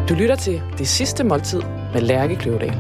Du lytter til Det Sidste Måltid med Lærke Kløvedal.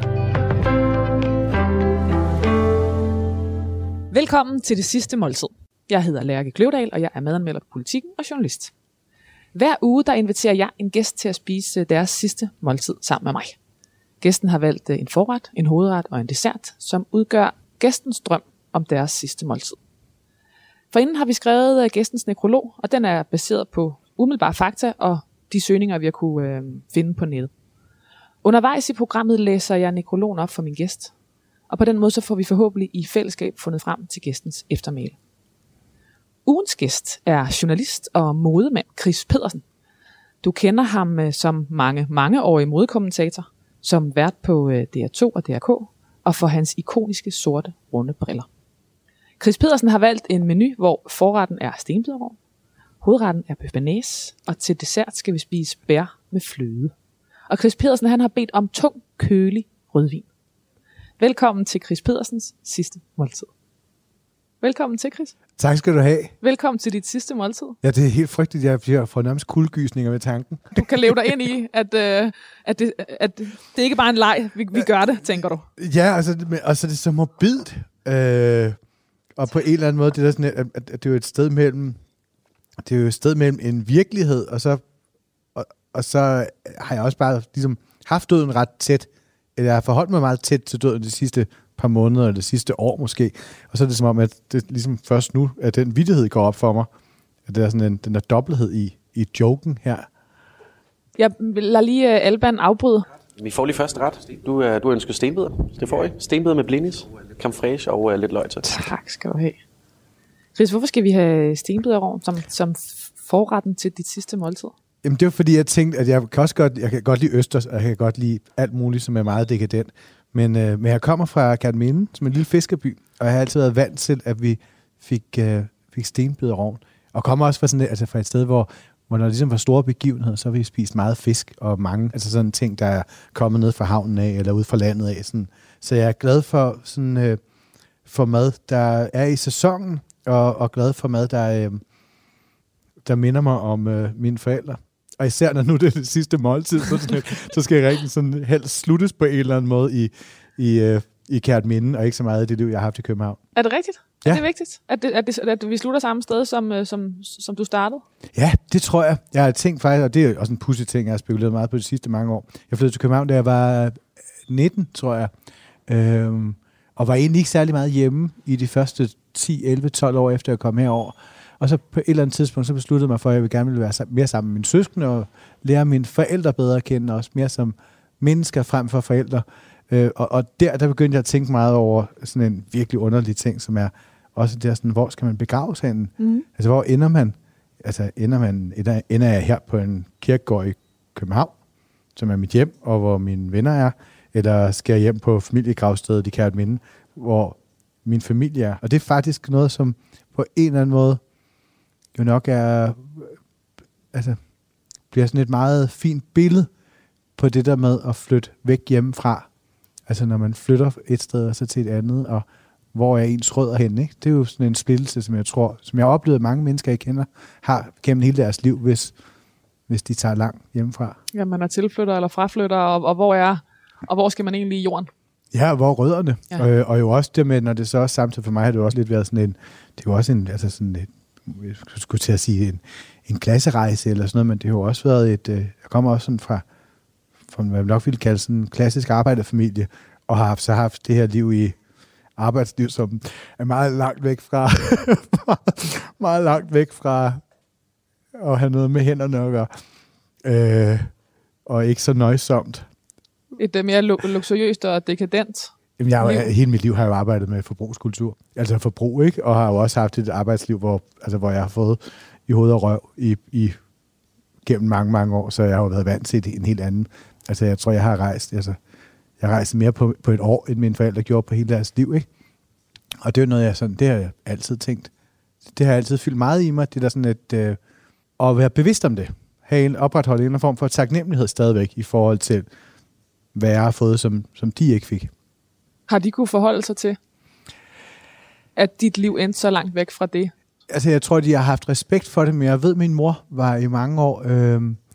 Velkommen til Det Sidste Måltid. Jeg hedder Lærke Kløvedal, og jeg er madanmelder på Politikken og journalist. Hver uge der inviterer jeg en gæst til at spise deres sidste måltid sammen med mig. Gæsten har valgt en forret, en hovedret og en dessert, som udgør gæstens drøm om deres sidste måltid. Forinden har vi skrevet gæstens nekrolog, og den er baseret på umiddelbare fakta og de søgninger, vi har kunne finde på nettet. Undervejs i programmet læser jeg nekrologen op for min gæst, og på den måde så får vi forhåbentlig i fællesskab fundet frem til gæstens eftermæle. Ugens gæst er journalist og modemand Chris Pedersen. Du kender ham som mangeårig modekommentator, som vært på DR2 og DRK, og for hans ikoniske sorte runde briller. Chris Pedersen har valgt en menu, hvor forretten er stenbiderrogn, hovedretten er bøf bearnaise, og til dessert skal vi spise bær med fløde. Og Chris Pedersen han har bedt om tung, kølig rødvin. Velkommen til Chris Pedersens sidste måltid. Velkommen til, Chris. Tak skal du have. Velkommen til dit sidste måltid. Ja, det er helt frygteligt. Jeg får nærmest kuldegysninger ved tanken. Du kan leve dig ind i, at det ikke bare er en leg, vi gør det, tænker du? Ja, altså det er så morbidt. Og på en eller anden måde, det er sådan, at det er jo et sted mellem, en virkelighed, og så har jeg også bare ligesom haft døden ret tæt, eller jeg har forholdt mig meget tæt til døden de sidste par måneder, eller det sidste år måske, og så er det som om, at det ligesom først nu, at den vittighed går op for mig, at det er sådan den der dobbelthed i joken her. Jeg lader lige Alban afbryde. Vi får lige første ret. Du ønsker stenbider. Det får I. Stenbider med blinis, creme fraiche og lidt løg til. Tak skal du have. Chris, hvorfor skal vi have stenbiderrogn som forretten til dit sidste måltid? Jamen det var fordi, jeg tænkte, at jeg kan godt lide østers, og jeg kan godt lide alt muligt, som er meget dekadent. Men jeg kommer fra Kerteminde, som en lille fiskerby, og jeg har altid været vant til, at vi fik stenbiderrogn. Og kommer også fra et sted, hvor der ligesom var store begivenheder, så har vi spist meget fisk og mange, altså sådan ting, der er kommet ned fra havnen af, eller ud fra landet af. Sådan. Så jeg er glad for, for mad, der er i sæsonen, og glad for mad, der minder mig om mine forældre. Og især når nu det er det sidste måltid, så skal jeg rigtig sådan helst sluttes på en eller anden måde i Kerteminde, og ikke så meget af det liv, jeg har haft i København. Er det rigtigt? Ja. Er det vigtigt, at vi slutter samme sted, som du startede? Ja, det tror jeg. Jeg har tænkt faktisk, og det er også en pudsig ting, jeg har spekuleret meget på de sidste mange år. Jeg flyttede til København, da jeg var 19, tror jeg. Og var egentlig ikke særlig meget hjemme i de første 10, 11, 12 år efter jeg kom herover. Og så på et eller andet tidspunkt, så besluttede jeg mig for, at jeg gerne ville være mere sammen med mine søskende og lære mine forældre bedre at kende, også mere som mennesker frem for forældre. Og der begyndte jeg at tænke meget over sådan en virkelig underlig ting, som er også der sådan, hvor skal man begraves henne? Mm. Altså, hvor ender man? Altså, ender jeg her på en kirkegård i København, som er mit hjem, og hvor mine venner er, eller skal jeg hjem på familiegravstedet i Kerteminde, hvor min familie er? Og det er faktisk noget, som på en eller anden måde jo nok bliver sådan et meget fint billede på det der med at flytte væk hjemmefra. Altså når man flytter et sted og så til et andet, og hvor er ens rødder henne, ikke? Det er jo sådan en splittelse, som jeg har oplevet, at mange mennesker, jeg kender, har gennem hele deres liv, hvis de tager langt hjemmefra. Ja, man er tilflytter eller fraflytter, og hvor skal man egentlig i jorden? Ja, hvor er rødderne? Ja. Og jo også det med, når det så også samtidig for mig, har det jo også lidt været sådan en, det er jo også en, altså sådan et, jeg skulle til at sige en klasserejse eller sådan noget, men det har jo også været jeg kommer også sådan fra hvad man nok ville kalde sådan en klassisk arbejderfamilie, og har så haft det her liv i arbejdsliv, som er meget langt væk fra meget langt væk fra at have noget med hænderne at gøre, og ikke så nøjsomt. Et mere luksuriøst og dekadent. Jamen, hele mit liv har jeg jo arbejdet med forbrugskultur. Altså forbrug, ikke? Og har jo også haft et arbejdsliv, hvor jeg har fået i hoved og røv gennem mange, mange år, så jeg har jo været vant til en helt anden. Altså, jeg tror, jeg har rejst mere på et år, end mine forældre gjorde på hele deres liv, ikke? Og det er noget, det har jeg altid tænkt. Det har altid fyldt meget i mig, det der sådan at være bevidst om det. Opretholde en form for taknemmelighed stadigvæk i forhold til, hvad jeg har fået, som de ikke fik. Har de kunne forholde sig til, at dit liv endte så langt væk fra det? Altså, jeg tror, de har haft respekt for det, men jeg ved, at min mor var i mange år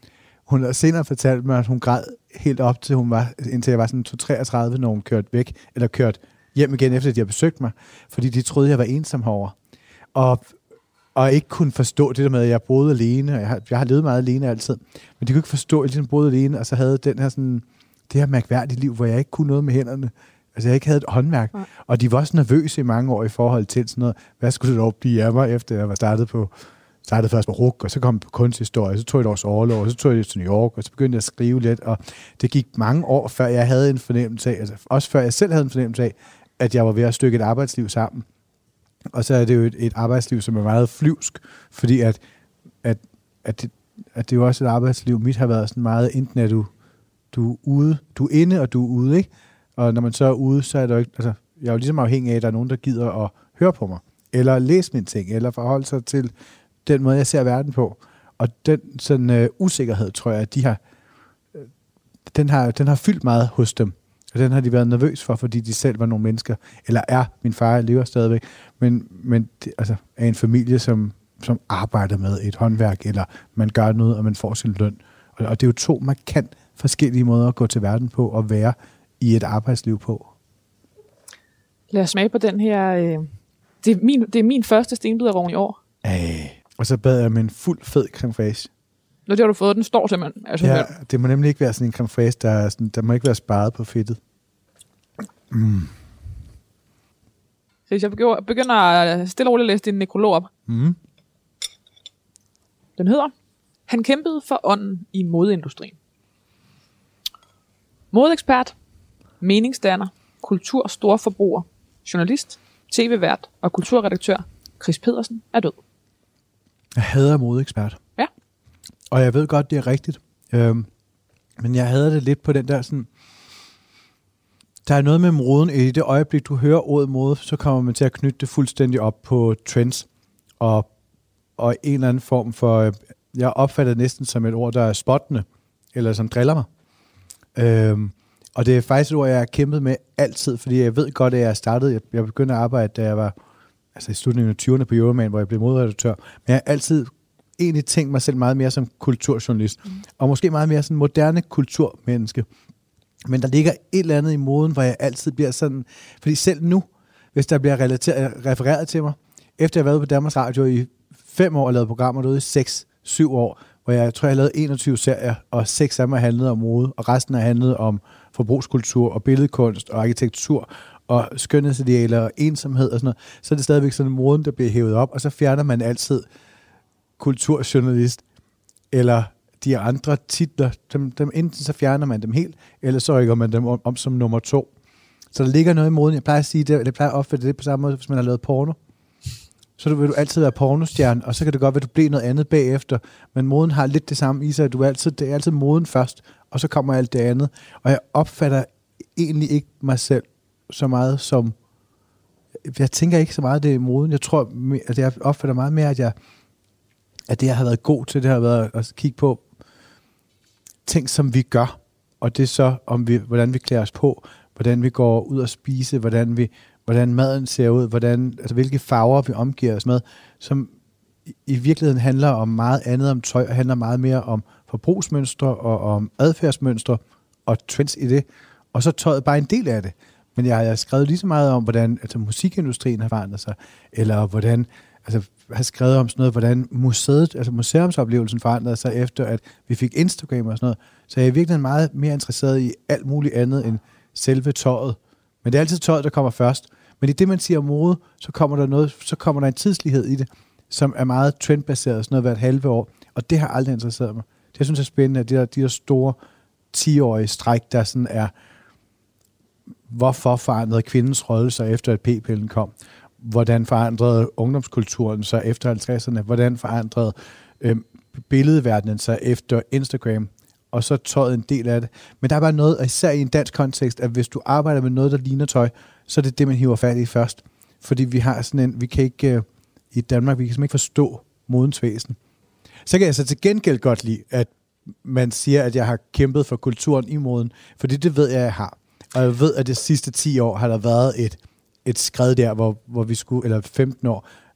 hun har senere fortalt mig, at hun græd helt op til indtil jeg var sådan 33, når hun kørte væk, eller kørte hjem igen, efter de havde besøgt mig, fordi de troede, jeg var ensom herovre. Og ikke kunne forstå det der med, at jeg boede alene, og jeg har levet meget alene altid, men de kunne ikke forstå, at jeg boede alene, og så havde den her sådan, det her mærkværdige liv, hvor jeg ikke kunne noget med hænderne. Altså, jeg ikke havde et håndværk. Ja. Og de var også nervøse i mange år i forhold til sådan noget, hvad skulle det dog blive af mig, efter jeg var startede først på RUK, og så kom jeg på kunsthistorie, så tog jeg et års orlov, og så tog jeg til New York, og så begyndte jeg at skrive lidt, og det gik mange år, før jeg havde en fornemmelse af, altså også før jeg selv havde en fornemmelse af, at jeg var ved at stykke et arbejdsliv sammen. Og så er det jo et arbejdsliv, som er meget flyvsk, fordi at det er jo også et arbejdsliv, mit har været sådan meget, enten at du er ude, du er inde, og du er ude, ikke? Og når man så er ude, så er der jo ikke, altså, jeg er jo ligesom afhængig af, at der er nogen, der gider at høre på mig, eller læse mine ting, eller forholde sig til den måde, jeg ser verden på. Og den sådan usikkerhed, tror jeg, at den har fyldt meget hos dem. Og den har de været nervøs for, fordi de selv var nogle mennesker, eller min far lever stadigvæk, men det, altså, er en familie, som arbejder med et håndværk, eller man gør noget, og man får sin løn. Og det er jo 2 markant forskellige måder at gå til verden på, og være i et arbejdsliv på. Lad os smage på den her. Det er min første stenbiderrogn i år. Og så bad jeg med en fuld fed creme fraiche. Når det har du fået, den står simpelthen. Altså, ja, det må nemlig ikke være sådan en creme fraiche, der må ikke være sparet på fedtet. Så hvis jeg begynder at stille og roligt læse din nekrolog op. Den hedder: Han kæmpede for ånden i modeindustrien. Modeekspert, meningsdanner, kulturstorforbruger, journalist, tv-vært og kulturredaktør Chris Pedersen er død. Jeg hader modeekspert. Ja. Og jeg ved godt, det er rigtigt. Men jeg hader det lidt på den der sådan... Der er noget med moden. I det øjeblik, du hører ordet mode, så kommer man til at knytte det fuldstændig op på trends. Og en eller anden form for... Jeg opfatter det næsten som et ord, der er spottende, eller som driller mig. Og det er faktisk et ord, jeg har kæmpet med altid, fordi jeg ved godt, at jeg startede... Jeg begyndte at arbejde, da jeg var i slutningen af 20'erne på Euroman, hvor jeg blev moderedaktør. Men jeg har altid egentlig tænkt mig selv meget mere som kulturjournalist, og måske meget mere som moderne kulturmenneske. Men der ligger et eller andet i moden, hvor jeg altid bliver sådan... Fordi selv nu, hvis der bliver refereret til mig, efter jeg har været på Danmarks Radio i 5 år og lavet programmer derude i 6-7 år, hvor jeg tror, jeg har lavet 21 serier, og 6 af dem har handlet om mode, og resten har handlet om forbrugskultur og billedkunst og arkitektur og skønhedsidealer og ensomhed og sådan noget, så er det stadigvæk sådan en moden, der bliver hævet op, og så fjerner man altid kulturjournalist eller de andre titler. Dem enten så fjerner man dem helt, eller så rykker man dem om som nummer 2. Så der ligger noget i moden. Jeg plejer at sige det, jeg plejer at opfatte det på samme måde, hvis man har lavet porno. Så vil du altid være pornostjerne, og så kan det godt være, at du bliver noget andet bagefter. Men moden har lidt det samme i sig. Det er altid moden først, og så kommer alt det andet. Og jeg opfatter egentlig ikke mig selv så meget som... Jeg tænker ikke så meget, det er moden. Jeg tror, at jeg opfatter meget mere, at det, jeg har været god til, det har været at kigge på ting, som vi gør. Og det er så, hvordan vi klæder os på, hvordan vi går ud og spise, hvordan maden ser ud, hvilke farver vi omgiver os med, som i virkeligheden handler om meget andet om tøj, og handler meget mere om forbrugsmønstre og om adfærdsmønstre og trends i det. Og så tøjet bare en del af det. Men jeg har skrevet lige så meget om, hvordan musikindustrien har forandret sig, eller hvordan, har skrevet om sådan noget, hvordan museumsoplevelsen forandrede sig efter, at vi fik Instagram og sådan noget. Så jeg er virkelig meget mere interesseret i alt muligt andet end selve tøjet. Men det er altid tøjet, der kommer først. Men i det, man siger mode, så kommer der en tidslighed i det, som er meget trendbaseret, sådan noget hvert halve år. Og det har aldrig interesseret mig. Det, jeg synes er spændende, at de der store 10-årige stræk, der sådan er, hvorfor forandrede kvindens rolle sig efter, at p-pillen kom? Hvordan forandrede ungdomskulturen sig efter 50'erne? Hvordan forandrede billedverdenen sig efter Instagram? Og så tøjet en del af det. Men der er bare noget, især i en dansk kontekst, at hvis du arbejder med noget, der ligner tøj, så er det det, man hiver fat i først. Fordi vi har sådan vi kan ikke, i Danmark, vi kan simpelthen ikke forstå modens væsen. Så kan jeg så til gengæld godt lide, at man siger, at jeg har kæmpet for kulturen i moden, fordi det ved jeg har. Og jeg ved, at de sidste 10 år har der været et skred der, hvor vi skulle, eller 15 år,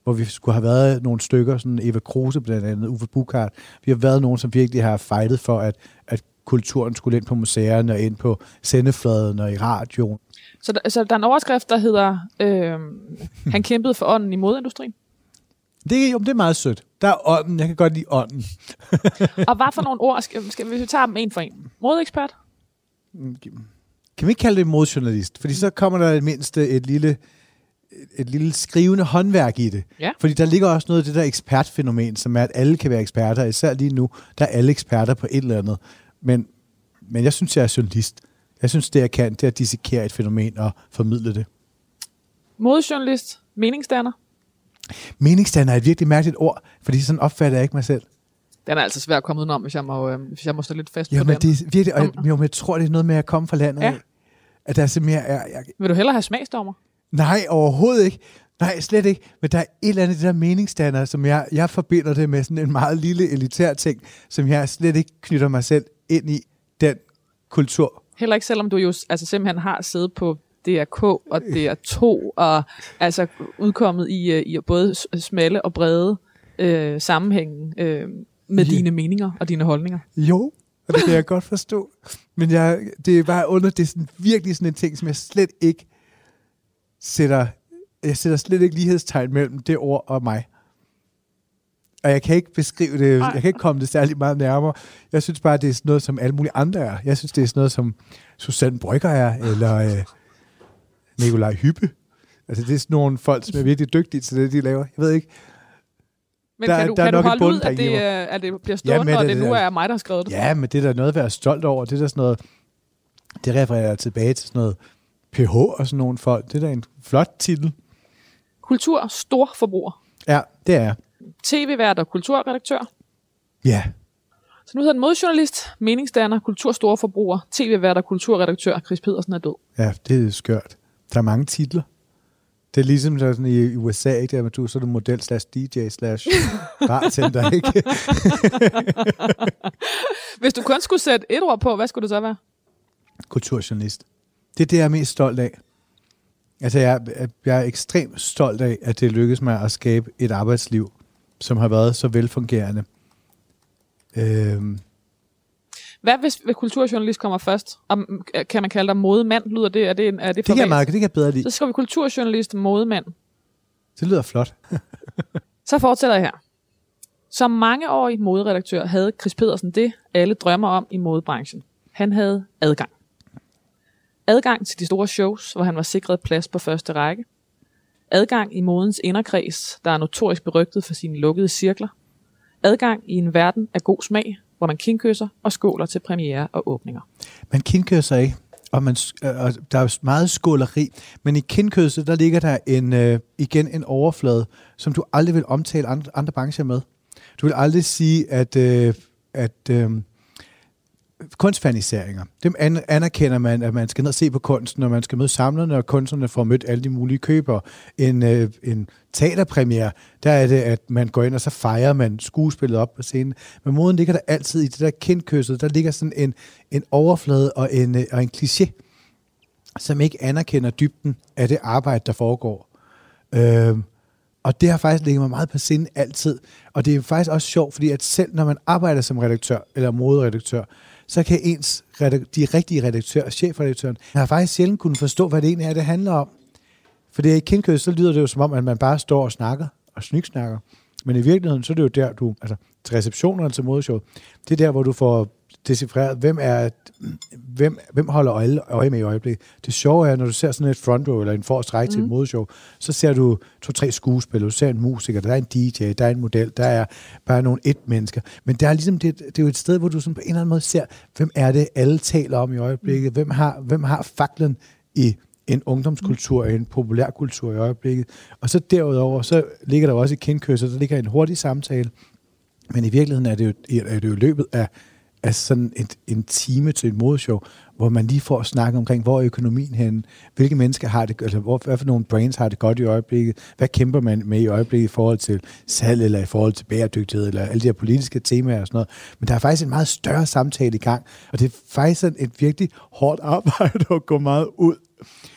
hvor vi skulle have været nogle stykker, sådan Eva Kruse blandt andet, Uffe Buchard. Vi har været nogen, som virkelig har fightet for, at kulturen skulle ind på museerne og ind på sendefladen og i radioen. Så der er en overskrift, der hedder, han kæmpede for ånden i modeindustrien? Det er meget sødt. Der er ånden. Jeg kan godt lide ånden. Og hvad for nogle ord, skal vi tage dem en for en? Modeekspert? Kan vi ikke kalde det modejournalist? Fordi så kommer der mindst et lille skrivende håndværk i det. Ja. Fordi der ligger også noget af det der ekspertfænomen, som er, at alle kan være eksperter. Især lige nu, der er alle eksperter på et eller andet. Men jeg synes, jeg er journalist. Jeg synes, det jeg kan, det er at dissekere et fænomen og formidle det. Modejournalist, meningsdanner? Meningsdanner er et virkelig mærkeligt ord, fordi sådan opfatter jeg ikke mig selv. Den er altså svært at komme udenom, hvis jeg må stå lidt fast jo, på men den. Det er virkelig, og jeg tror, det er noget med at komme fra landet. Ja. At der er simpelthen Vil du hellere have smagsdommer? Nej, overhovedet ikke. Nej, slet ikke. Men der er et eller andet det der meningsdanner, som jeg forbinder det med sådan en meget lille elitær ting, som jeg slet ikke knytter mig selv ind i den kultur. Heller ikke, selvom du jo altså simpelthen har siddet på DRK og DR2 og altså udkommet i både smalle og brede sammenhænge med dine meninger og dine holdninger. Jo, og det kan jeg godt forstå. Men det er bare under, det er sådan, virkelig sådan en ting, som jeg slet ikke jeg sætter slet ikke lighedstegn mellem det ord og mig. Og jeg kan ikke beskrive det, jeg kan ikke komme det særlig meget nærmere. Jeg synes bare, det er sådan noget, som alle mulige andre er. Jeg synes, det er sådan noget, som Susanne Brøgger er, eller Nikolaj Hyppe. Altså, det er sådan nogle folk, som er virkelig dygtige til det, de laver. Jeg ved ikke. Men kan du holde ud, at det bliver stående, og det nu er mig, der har skrevet det? Ja, men det er der noget at være stolt over. Det er der sådan noget, det refererer tilbage til sådan noget PH og sådan nogle folk. Det er da en flot titel. Kultur storforbruger. Ja, det er. TV-vært og kulturredaktør. Ja. Så nu hedder den modejournalist, meningsdanner, kulturstorforbruger, TV-vært og kulturredaktør. Chris Pedersen er død. Ja, det er skørt. Der er mange titler. Det er ligesom der sådan i USA, ikke? Der med du, så er du model /DJ/bartender, ikke? Hvis du kun skulle sætte et ord på, hvad skulle det så være? Kulturjournalist. Det er det, jeg er mest stolt af. Altså, jeg er ekstremt stolt af, at det lykkedes mig at skabe et arbejdsliv, som har været så velfungerende. Hvad hvis kulturjournalist kommer først? Kan man kalde dig modemand? Lyder det? Er det det kan jeg bedre lide. Så skriver vi kulturjournalist, modemand. Det lyder flot. Så fortsætter jeg her. Som mangeårig moderedaktør havde Chris Pedersen det, alle drømmer om i modebranchen. Han havde adgang. Adgang til de store shows, hvor han var sikret plads på første række. Adgang i modens inderkreds, der er notorisk berygtet for sine lukkede cirkler. Adgang i en verden af god smag, hvor man kindkysser og skåler til premiere og åbninger. Man kindkysser ikke, og der er meget skåleri, men i kindkysset, der ligger der igen en overflade, som du aldrig vil omtale andre brancher med. Du vil aldrig sige, at kunstfaniseringer, dem anerkender man, at man skal ned og se på kunsten, og man skal møde samlerne, og kunstnerne får mødt alle de mulige købere. En teaterpremiere, der er det, at man går ind, og så fejrer man skuespillet op på scenen. Men moden ligger der altid i det der kindkysset, der ligger sådan en overflade og en kliché, som ikke anerkender dybden af det arbejde, der foregår. Og det har faktisk ligget mig meget på sinde altid. Og det er faktisk også sjovt, fordi at selv når man arbejder som redaktør eller moderedaktør, så kan de rigtige redaktører, chefredaktøren, har faktisk sjældent kunne forstå, hvad det egentlig er, det handler om. For det er i kindkøs, så lyder det jo som om, at man bare står og snakker og snyksnakker. Men i virkeligheden, så er det jo der, til receptionerne til modeshow, det er der, hvor du får decifreret, hvem holder øje med i øjeblikket. Det sjove er, når du ser sådan et front row eller en forrest række til et modeshow, så ser du 2-3 skuespillere, du ser en musiker, der er en DJ, der er en model, der er bare nogle mennesker. Men der er ligesom det er jo et sted, hvor du sådan på en eller anden måde ser, hvem er det, alle taler om i øjeblikket, hvem har faklen i en ungdomskultur, en populærkultur i øjeblikket. Og så derudover, så ligger der også i kindkysset, der ligger en hurtig samtale, men i virkeligheden er det jo løbet af sådan en time til et modeshow, hvor man lige får at snakke omkring, hvor er økonomien henne, hvilke mennesker har det, altså hvad for nogle brands har det godt i øjeblikket, hvad kæmper man med i øjeblikket i forhold til salg, eller i forhold til bæredygtighed, eller alle de her politiske temaer og sådan noget. Men der er faktisk en meget større samtale i gang, og det er faktisk et virkelig hårdt arbejde at gå meget ud.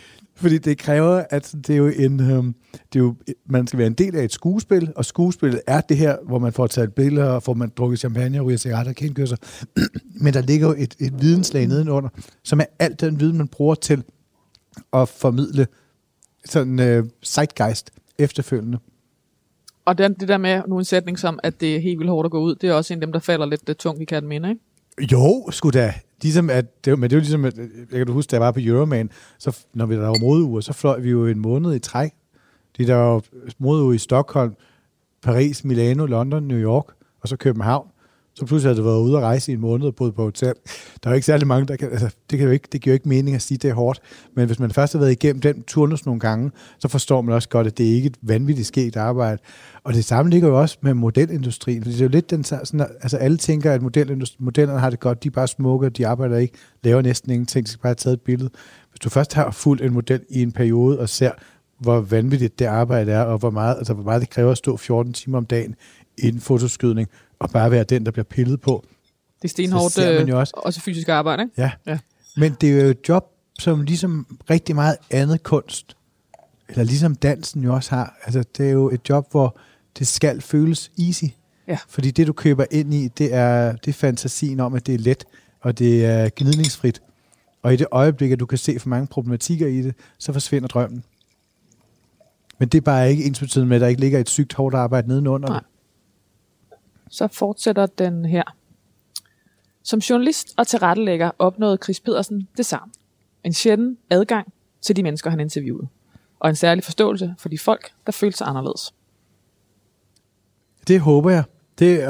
Fordi det kræver, at det er jo man skal være en del af et skuespil, og skuespillet er det her, hvor man får taget billeder, og får man drukket champagne, ryger cigaretter og kendkørsel. Men der ligger jo et videnslag nedenunder, som er alt den viden, man bruger til at formidle sådan zeitgeist efterfølgende. Og det der med nu en sætning som, at det er helt vildt hårdt at gå ud, det er også en af dem, der falder lidt tungt i Kærteminde, ikke? Jo, sgu da. Ligesom men det er jo ligesom, at jeg kan huske, da jeg var på Euroman, så når der var modeuger, så fløj vi jo en måned i træk. Der var modeuger i Stockholm, Paris, Milano, London, New York, og så København. Så pludselig havde det været ude at rejse i en måned og boet på hotel. Der er jo ikke særlig mange, der kan, altså, det giver jo ikke mening at sige, at det er hårdt. Men hvis man først har været igennem den turnus nogle gange, så forstår man også godt, at det ikke er et vanvittigt skægt arbejde. Og det samme ligger jo også med modelindustrien. Fordi det er jo lidt den sådan, altså alle tænker, at modellerne har det godt, de er bare smukke, de arbejder ikke, laver næsten ingenting, de skal bare have taget et billede. Hvis du først har fulgt en model i en periode og ser, hvor vanvittigt det arbejde er, og hvor meget det kræver at stå 14 timer om dagen i en fotoskydning, og bare være den, der bliver pillet på. Det er stenhårdt, også fysisk arbejde, ikke? Ja. Men det er jo et job, som ligesom rigtig meget andet kunst, eller ligesom dansen jo også har. Altså, det er jo et job, hvor det skal føles easy. Ja. Fordi det, du køber ind i, det er fantasien om, at det er let, og det er gnidningsfrit. Og i det øjeblik, at du kan se for mange problematikker i det, så forsvinder drømmen. Men det er bare ikke ensbetydende med, at der ikke ligger et sygt hårdt arbejde nedenunder. Nej. Så fortsætter den her. Som journalist og tilrettelægger opnåede Chris Pedersen det samme. En sjælden adgang til de mennesker, han interviewede. Og en særlig forståelse for de folk, der følte sig anderledes. Det håber jeg. Det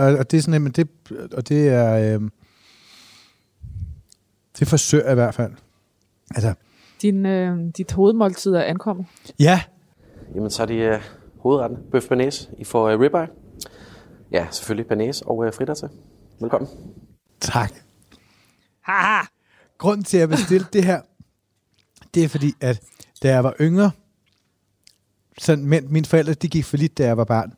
forsøger jeg i hvert fald. Altså. Dit hovedmåltid er ankommet. Ja. Jamen, så er de hovedretten. Bøf banæs. I får ribeye. Ja, selvfølgelig banæs og fritter til. Velkommen. Tak. Haha. Grunden til, at jeg bestilte det her, det er fordi, at da jeg var yngre, mine forældre, de gik for lidt, da jeg var barn,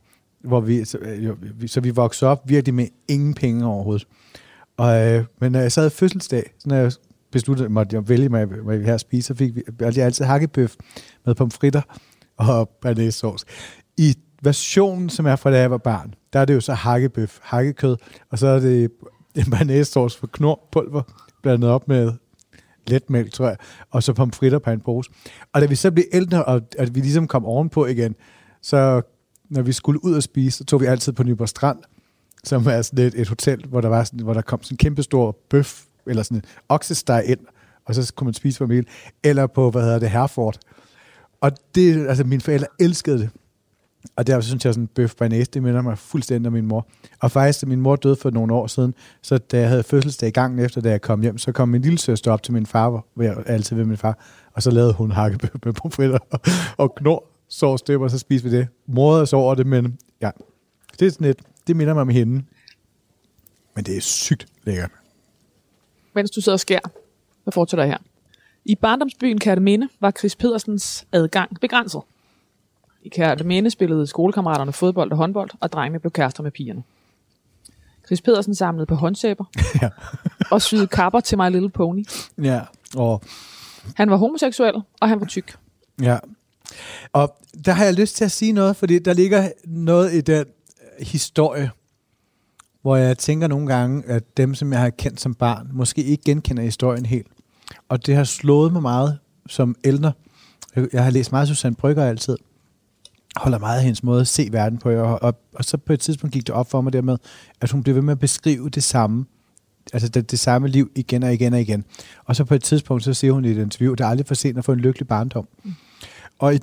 så vi voksede op virkelig med ingen penge overhovedet. Men når jeg sad i fødselsdag, så når jeg besluttede, måtte jeg vælge, hvad jeg ville have at spise, så fik vi altid hakkebøf med pomfritter og banæssauce. I versionen, som er fra da jeg var barn, der er det jo så hakkebøf, hakkekød, og så er det en banæssauce for knorpulver, blandet op med letmælk, tror jeg, og så pomfritter på en pose. Og da vi så blev ældre, og at vi ligesom kom ovenpå igen, så når vi skulle ud og spise, så tog vi altid på Nyborg Strand, som er sådan et hotel, hvor der kom sådan en kæmpe stor bøf, eller sådan en oksesteg ind, og så kunne man spise familie, eller på, Herford. Og det, altså mine forældre elskede det. Og derfor synes jeg, sådan bøf banæs, det minder mig fuldstændig om min mor. Og faktisk, da min mor døde for nogle år siden, så da jeg havde fødselsdag i gangen efter, da jeg kom hjem, så kom min lille søster op til min far, hvor jeg altid ved min far, og så lavede hun hakkebøf med pomfritter og knorrsovs, og så spiste vi det. Morede os over det, men ja, det er sådan et, det minder mig om hende. Men det er sygt lækkert. Mens du sidder og skærer, hvad fortsætter her? I barndomsbyen Kærteminde var Chris Pedersens adgang begrænset. I Kærteminde spillede skolekammeraterne fodbold og håndbold, og drengene blev kærester med pigerne. Chris Pedersen samlede på håndsæber ja. og syede kapper til My Little Pony. Ja. Og han var homoseksuel, og han var tyk. Ja. Og der har jeg lyst til at sige noget, fordi der ligger noget i den historie, hvor jeg tænker nogle gange, at dem, som jeg har kendt som barn, måske ikke genkender historien helt. Og det har slået mig meget som ældre. Jeg har læst meget Susanne Brøgger altid. Holder meget af hendes måde at se verden på. Og så på et tidspunkt gik det op for mig dermed, at hun blev ved med at beskrive det samme. Altså det samme liv igen og igen og igen. Og så på et tidspunkt, så siger hun i et interview, der er aldrig for sent at få en lykkelig barndom. Og i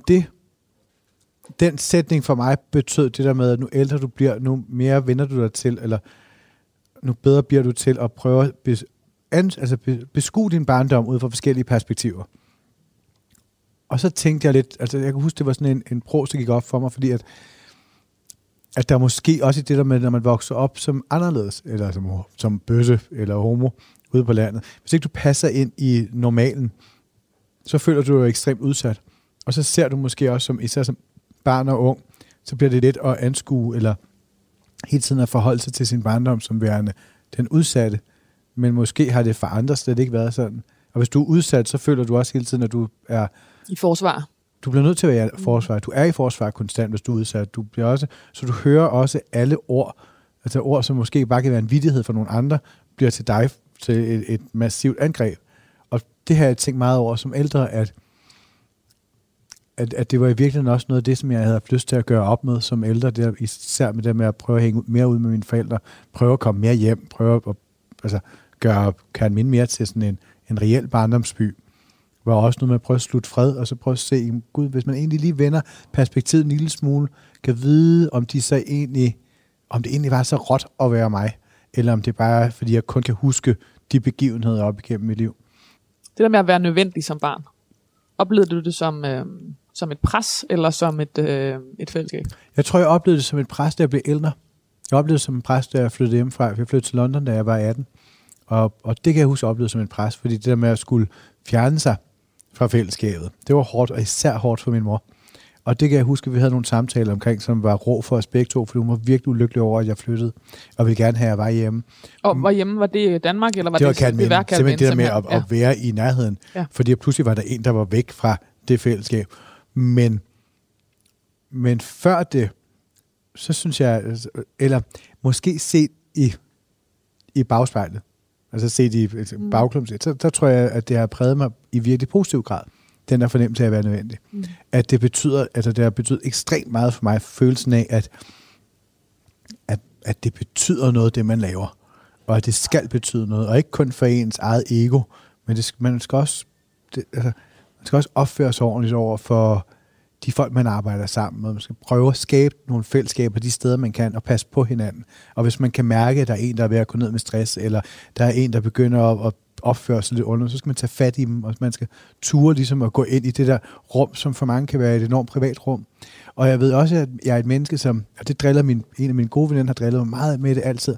den sætning for mig betød det der med, at nu ældre du bliver, nu mere vender du dig til, eller nu bedre bliver du til at prøve at beskue din barndom ud fra forskellige perspektiver. Og så tænkte jeg lidt, altså jeg kan huske, det var sådan en pros, der gik op for mig, fordi at der måske også i det der med, når man vokser op som anderledes, eller som bøsse eller homo ude på landet, hvis ikke du passer ind i normalen, så føler du dig ekstremt udsat. Og så ser du måske også, især som barn og ung, så bliver det let at anskue, eller hele tiden at forholde sig til sin barndom som værende den udsatte. Men måske har det for andre slet ikke været sådan. Og hvis du er udsat, så føler du også hele tiden, at du er... I forsvar. Du bliver nødt til at være i forsvar. Du er i forsvar konstant, hvis du er udsat. Du bliver også, så du hører også alle ord, altså ord, som måske bare kan være en vittighed for nogle andre, bliver til dig til et massivt angreb. Og det har jeg tænkt meget over som ældre, at det var i virkeligheden også noget af det, som jeg havde lyst til at gøre op med som ældre, det især med det med at prøve at hænge mere ud med mine forældre, prøve at komme mere hjem, prøve at gøre Kerteminde mere til sådan en reel barndomsby. Var også noget med at prøve at slutte fred, og så prøve at se, gud, hvis man egentlig lige vender perspektivet en lille smule, kan vide, om det egentlig var så råt at være mig, eller om det bare er, fordi jeg kun kan huske de begivenheder op igennem mit liv. Det der med at være nødvendig som barn, oplevede du det som et pres, eller som et fællesskab? Jeg tror, jeg oplevede det som et pres, da jeg blev ældre. Jeg oplevede det som et pres, da jeg flyttede hjemmefra. Jeg flyttede til London, da jeg var 18. Og det kan jeg huske, oplevede som et pres, fordi det der med at skulle fjerne sig fra fællesskabet, det var hårdt, og især hårdt for min mor. Og det kan jeg huske, at vi havde nogle samtaler omkring, som var rå for os begge to, fordi hun var virkelig ulykkelig over, at jeg flyttede, og ville gerne have, at jeg var hjemme. Og var hjemme, var det Danmark, eller var det Kerteminde? Simpelthen det der med at være i nærheden. Ja. Fordi pludselig var der en, der var væk fra det fællesskab. Men før det, så synes jeg, eller måske set i bagspejlet, altså set i bagklumset, så tror jeg, at det har præget mig i virkelig positiv grad, den der fornemmelse af at være nødvendig. At det betyder, altså det har betydet ekstremt meget for mig, følelsen af, at det betyder noget, det man laver. Og at det skal betyde noget, og ikke kun for ens eget ego, men man skal også opføre sig ordentligt over for de folk, man arbejder sammen med. Man skal prøve at skabe nogle fællesskaber de steder, man kan, og passe på hinanden. Og hvis man kan mærke, at der er en, der er ved at gå ned med stress, eller der er en, der begynder at opføre sig lidt under, så skal man tage fat i dem, og man skal ture ligesom at gå ind i det der rum, som for mange kan være et enormt privat rum. Og jeg ved også, at jeg er et menneske, som, og det driller en af mine gode venner har drillet mig meget med det altid,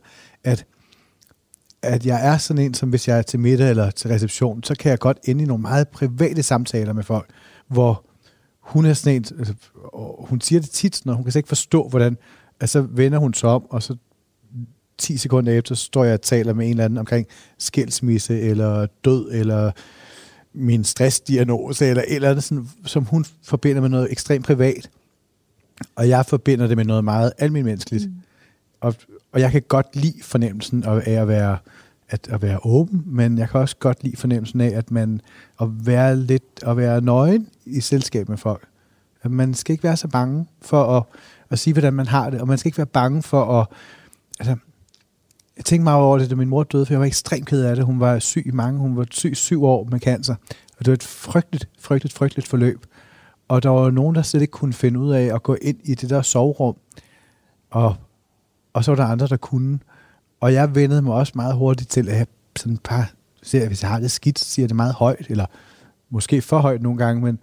at jeg er sådan en, som hvis jeg er til middag eller til reception, så kan jeg godt ende i nogle meget private samtaler med folk, hvor hun er sådan en, altså, hun siger det tit, når hun kan ikke forstå, hvordan, altså vender hun sig om, og så 10 sekunder efter, så står jeg og taler med en eller anden omkring skilsmisse, eller død, eller min stressdiagnose, eller et eller andet, sådan, som hun forbinder med noget ekstremt privat. Og jeg forbinder det med noget meget almenmenneskeligt. Og jeg kan godt lide fornemmelsen af at være åben, men jeg kan også godt lide fornemmelsen af, at være nøgen i selskab med folk. At man skal ikke være så bange for at sige, hvordan man har det, og man skal ikke være bange for at... Altså, jeg tænkte meget over det, da min mor døde, for jeg var ekstremt ked af det. Hun var syg hun var syg 7 år med cancer, og det var et frygteligt forløb. Og der var nogen, der slet ikke kunne finde ud af at gå ind i det der soverum, og så var der andre, der kunne. Og jeg vendede mig også meget hurtigt til, at jeg sådan bare ser, hvis jeg har det skidt, så siger jeg det meget højt, eller måske for højt nogle gange,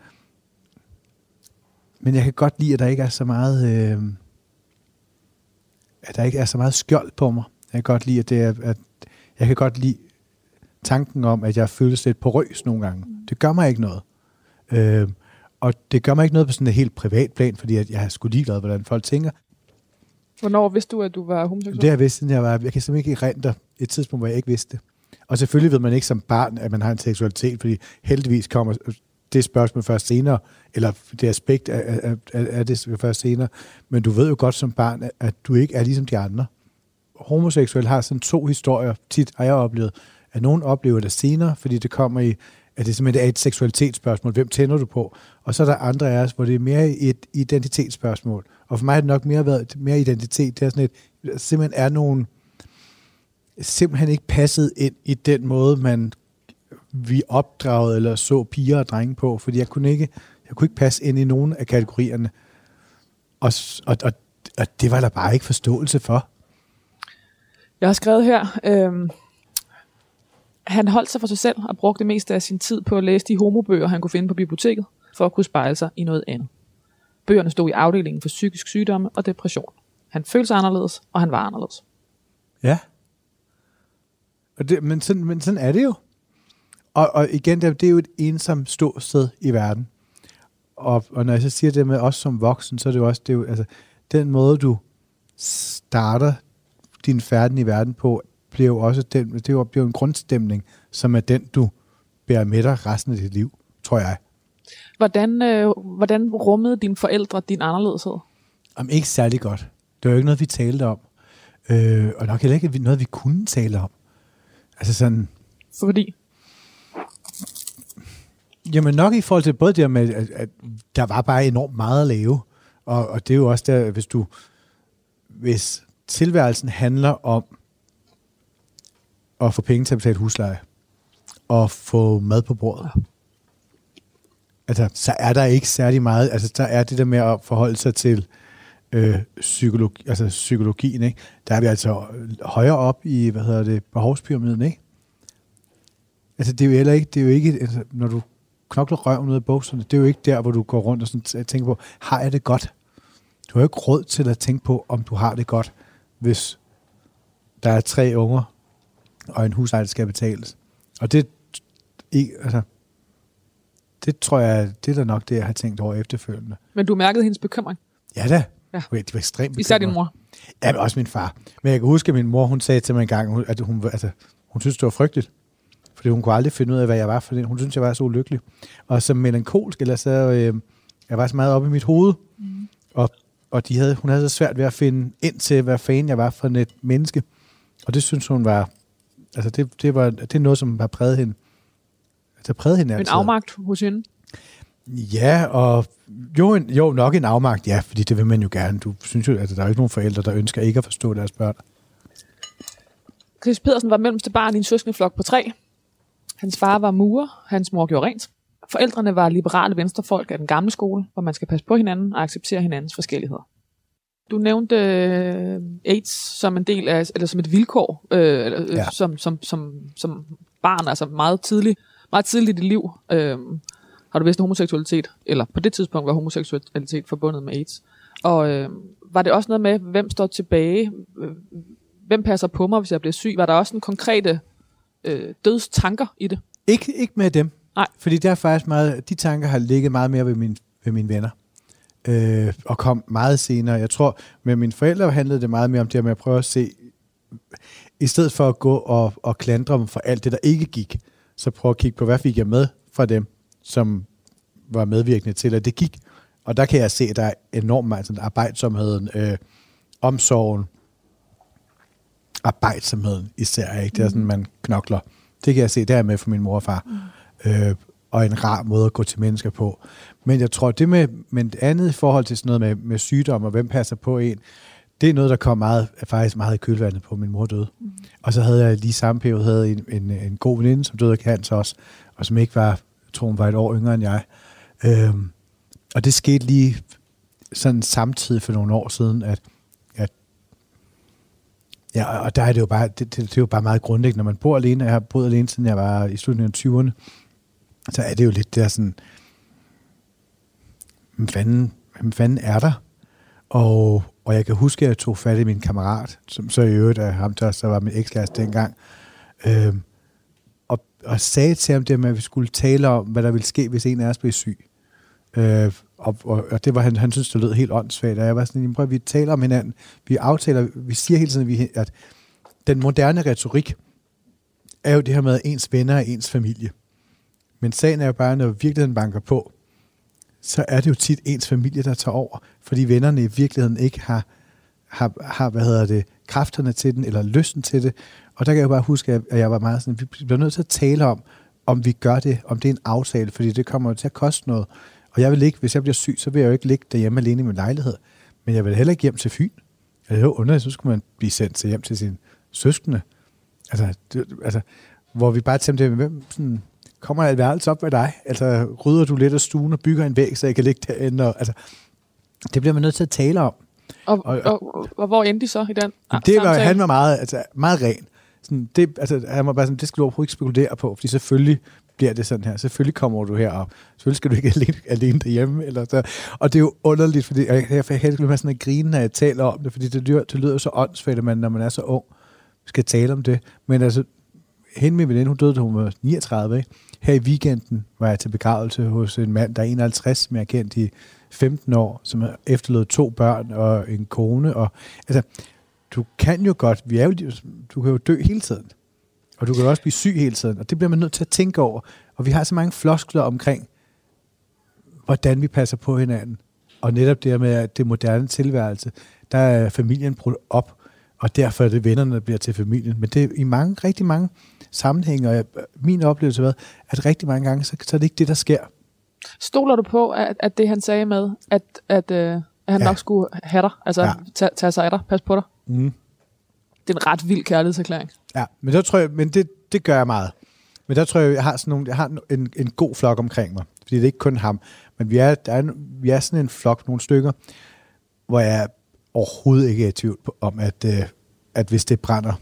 men jeg kan godt lide, at der ikke er så meget, at der ikke er så meget skjold på mig. Jeg kan godt lide, at jeg kan godt lide tanken om, at jeg føles lidt porøs nogle gange. Det gør mig ikke noget. Og det gør mig ikke noget på sådan et helt privat plan, fordi at jeg er sgu ligeglad, hvordan folk tænker. Hvornår vidste du, at du var homoseksuel? Det har jeg vidst, siden jeg kan simpelthen ikke erindre et tidspunkt, hvor jeg ikke vidste det. Og selvfølgelig ved man ikke som barn, at man har en seksualitet, fordi heldigvis kommer det spørgsmål først senere, eller det aspekt af det først senere. Men du ved jo godt som barn, at du ikke er ligesom de andre. Homoseksuel har sådan 2 historier, tit har jeg oplevet, at nogen oplever det senere, fordi det kommer i, at det simpelthen er et seksualitetsspørgsmål. Hvem tænder du på? Og så er der andre af os, hvor det er mere et identitetsspørgsmål. Og for mig har det nok været mere identitet. Det er sådan simpelthen er nogen simpelthen ikke passet ind i den måde, vi opdragede eller så piger og drenge på, fordi jeg kunne ikke passe ind i nogen af kategorierne. Og det var der bare ikke forståelse for. Jeg har skrevet her, han holdt sig for sig selv og brugte det meste af sin tid på at læse de homobøger, han kunne finde på biblioteket, for at kunne spejle sig i noget andet. Bøgerne stod i afdelingen for psykisk sygdomme og depression. Han følte sig anderledes, og han var anderledes. Ja. Men sådan er det jo. Og igen, det er jo et ensomt ståsted i verden. Og når jeg så siger det med os som voksen, så er det jo også altså, den måde, du starter din færden i verden på, bliver jo også det bliver en grundstemning, som er den, du bære med dig resten af dit liv, tror jeg. Hvordan rummede dine forældre din anderledeshed? Om ikke særlig godt. Det var jo ikke noget, vi talte om. Og nok heller ikke noget, vi kunne tale om. Altså sådan... Fordi? Jamen nok i forhold til både det med, at der var bare enormt meget at lave. Og det er jo også der, hvis tilværelsen handler om at få penge til at betale husleje, og få mad på bordet, altså, så er der ikke særlig meget, altså der er det der med at forholde sig til psykologien, ikke? Der er vi altså højere op i, behovspyramiden, ikke? Altså det er jo heller ikke, det er jo ikke, altså, når du knokler røven ud af bukserne, det er jo ikke der, hvor du går rundt og sådan tænker på, har jeg det godt? Du har jo ikke råd til at tænke på, om du har det godt, hvis der er 3 unger, og en husleje, der skal betales. Og det tror jeg, det er da nok det, jeg har tænkt over efterfølgende. Men du mærkede hendes bekymring? Ja da. Ja. Det var ekstremt bekymret. Især din mor? Ja, men også min far. Men jeg kan huske, at min mor, hun sagde til mig en gang, at hun synes, det var frygteligt. Fordi hun kunne aldrig finde ud af, hvad jeg var for det. Hun synes, jeg var så ulykkelig. Og som melankolsk, eller så jeg var så meget oppe i mit hoved. Mm. Og hun havde så svært ved at finde ind til, hvad fanden jeg var for et menneske. Og det synes hun var... Altså, det er noget, som har præget hende. Altså, præget hende altid. En afmagt hos hende? Ja, og jo, nok en afmagt, ja, fordi det vil man jo gerne. Du synes jo, at der er ikke nogen forældre, der ønsker ikke at forstå deres børn. Chris Pedersen var mellemste barn i en søskendeflok på 3. Hans far var murer, hans mor gjorde rent. Forældrene var liberale venstrefolk af den gamle skole, hvor man skal passe på hinanden og acceptere hinandens forskelligheder. Du nævnte AIDS som en del af, eller som et vilkår, som barn, altså meget tidligt i dit liv, har du vidst homoseksualitet, eller på det tidspunkt var homoseksualitet forbundet med AIDS. Og var det også noget med, hvem står tilbage, hvem passer på mig, hvis jeg bliver syg? Var der også en konkrete dødstanker i det? Ikke med dem. Nej. Fordi der er faktisk meget, de tanker har ligget meget mere ved mine venner. Og kom meget senere. Jeg tror, med mine forældre handlede det meget mere om det med at prøve at se, i stedet for at gå og klandre dem for alt det, der ikke gik, så prøve at kigge på, hvad fik jeg med fra dem, som var medvirkende til, at det gik. Og der kan jeg se, at der er enormt meget sådan arbejdsomheden, arbejdsomheden især, ikke? Det er sådan, man knokler. Det kan jeg se, der er med for min mor og far. Og en rar måde at gå til mennesker på. Men jeg tror, det med det andet i forhold til sådan noget med sygdom og hvem passer på en, det er noget, der kom faktisk meget i kølvandet på min mor døde. Og så havde jeg lige samme periode en god veninde, som døde af cancer også, og som ikke var, jeg tror hun var 1 år yngre end jeg. Og det skete lige sådan samtidig for nogle år siden, at ja, og der er det jo bare, det er jo bare meget grundlæggende. Når man bor alene, jeg har boet alene, siden jeg var i slutningen af 20'erne, så er det jo lidt der sådan, hvem fanden er der? Og jeg kan huske, at jeg tog fat i min kammerat, som så i øvrigt af ham, der så var min ekskæreste dengang, og sagde til ham det med, at vi skulle tale om, hvad der ville ske, hvis en af os blev syg. Og det var han synes, det lød helt åndssvagt, og jeg var sådan, prøv, vi taler om hinanden, vi siger hele tiden, at den moderne retorik er jo det her med ens venner og ens familie. Men sagen er jo bare, når virkeligheden banker på, så er det jo tit ens familie, der tager over, fordi vennerne i virkeligheden ikke har kræfterne til den, eller lysten til det. Og der kan jeg jo bare huske, at jeg var meget sådan, vi bliver nødt til at tale om vi gør det, om det er en aftale, fordi det kommer jo til at koste noget. Og jeg vil ikke, hvis jeg bliver syg, så vil jeg jo ikke ligge derhjemme alene i min lejlighed. Men jeg vil heller ikke hjem til Fyn. Det er jo underligt, så skulle man blive sendt hjem til sine søskende. Altså, hvor vi bare tænkte, hvem sådan, kommer et værelse op med dig? Altså, rydder du lidt af stuen og bygger en væg, så jeg kan ligge derinde? Og, altså, det bliver man nødt til at tale om. Og hvor endte de så i den samtale? Han var meget ren. Sådan, han var bare sådan, det skal du overhovedet ikke spekulere på, fordi selvfølgelig bliver det sådan her. Selvfølgelig kommer du herop. Selvfølgelig skal du ikke alene derhjemme. Eller så. Og det er jo underligt, fordi jeg kan ikke være sådan at grine, når jeg taler om det, fordi det lyder jo så åndssvagt, at man, når man er så ung, skal tale om det. Men altså, hende min veninde, hun døde, da hun var 39. Ikke? Her i weekenden var jeg til begravelse hos en mand, der er 51, som jeg har kendt i 15 år, som har efterladt 2 børn og en kone. Og, altså, du kan jo godt, du kan jo dø hele tiden. Og du kan også blive syg hele tiden, og det bliver man nødt til at tænke over. Og vi har så mange floskler omkring, hvordan vi passer på hinanden. Og netop det med det moderne tilværelse, der er familien brudt op, og derfor er det vennerne, der bliver til familien. Men det er i rigtig mange sammenhænge, og min oplevelse har været, at rigtig mange gange, så er det ikke det, der sker. Stoler du på, at det han sagde med, at han nok skulle have dig, altså tage sig af dig, pas på dig? Mm. Det er en ret vild kærlighedserklæring. Ja, men der tror jeg, det gør jeg meget. Men der tror jeg har en god flok omkring mig, fordi det er ikke kun ham. Men vi er sådan en flok, nogle stykker, hvor jeg overhovedet ikke er i tvivl om, at hvis det brænder,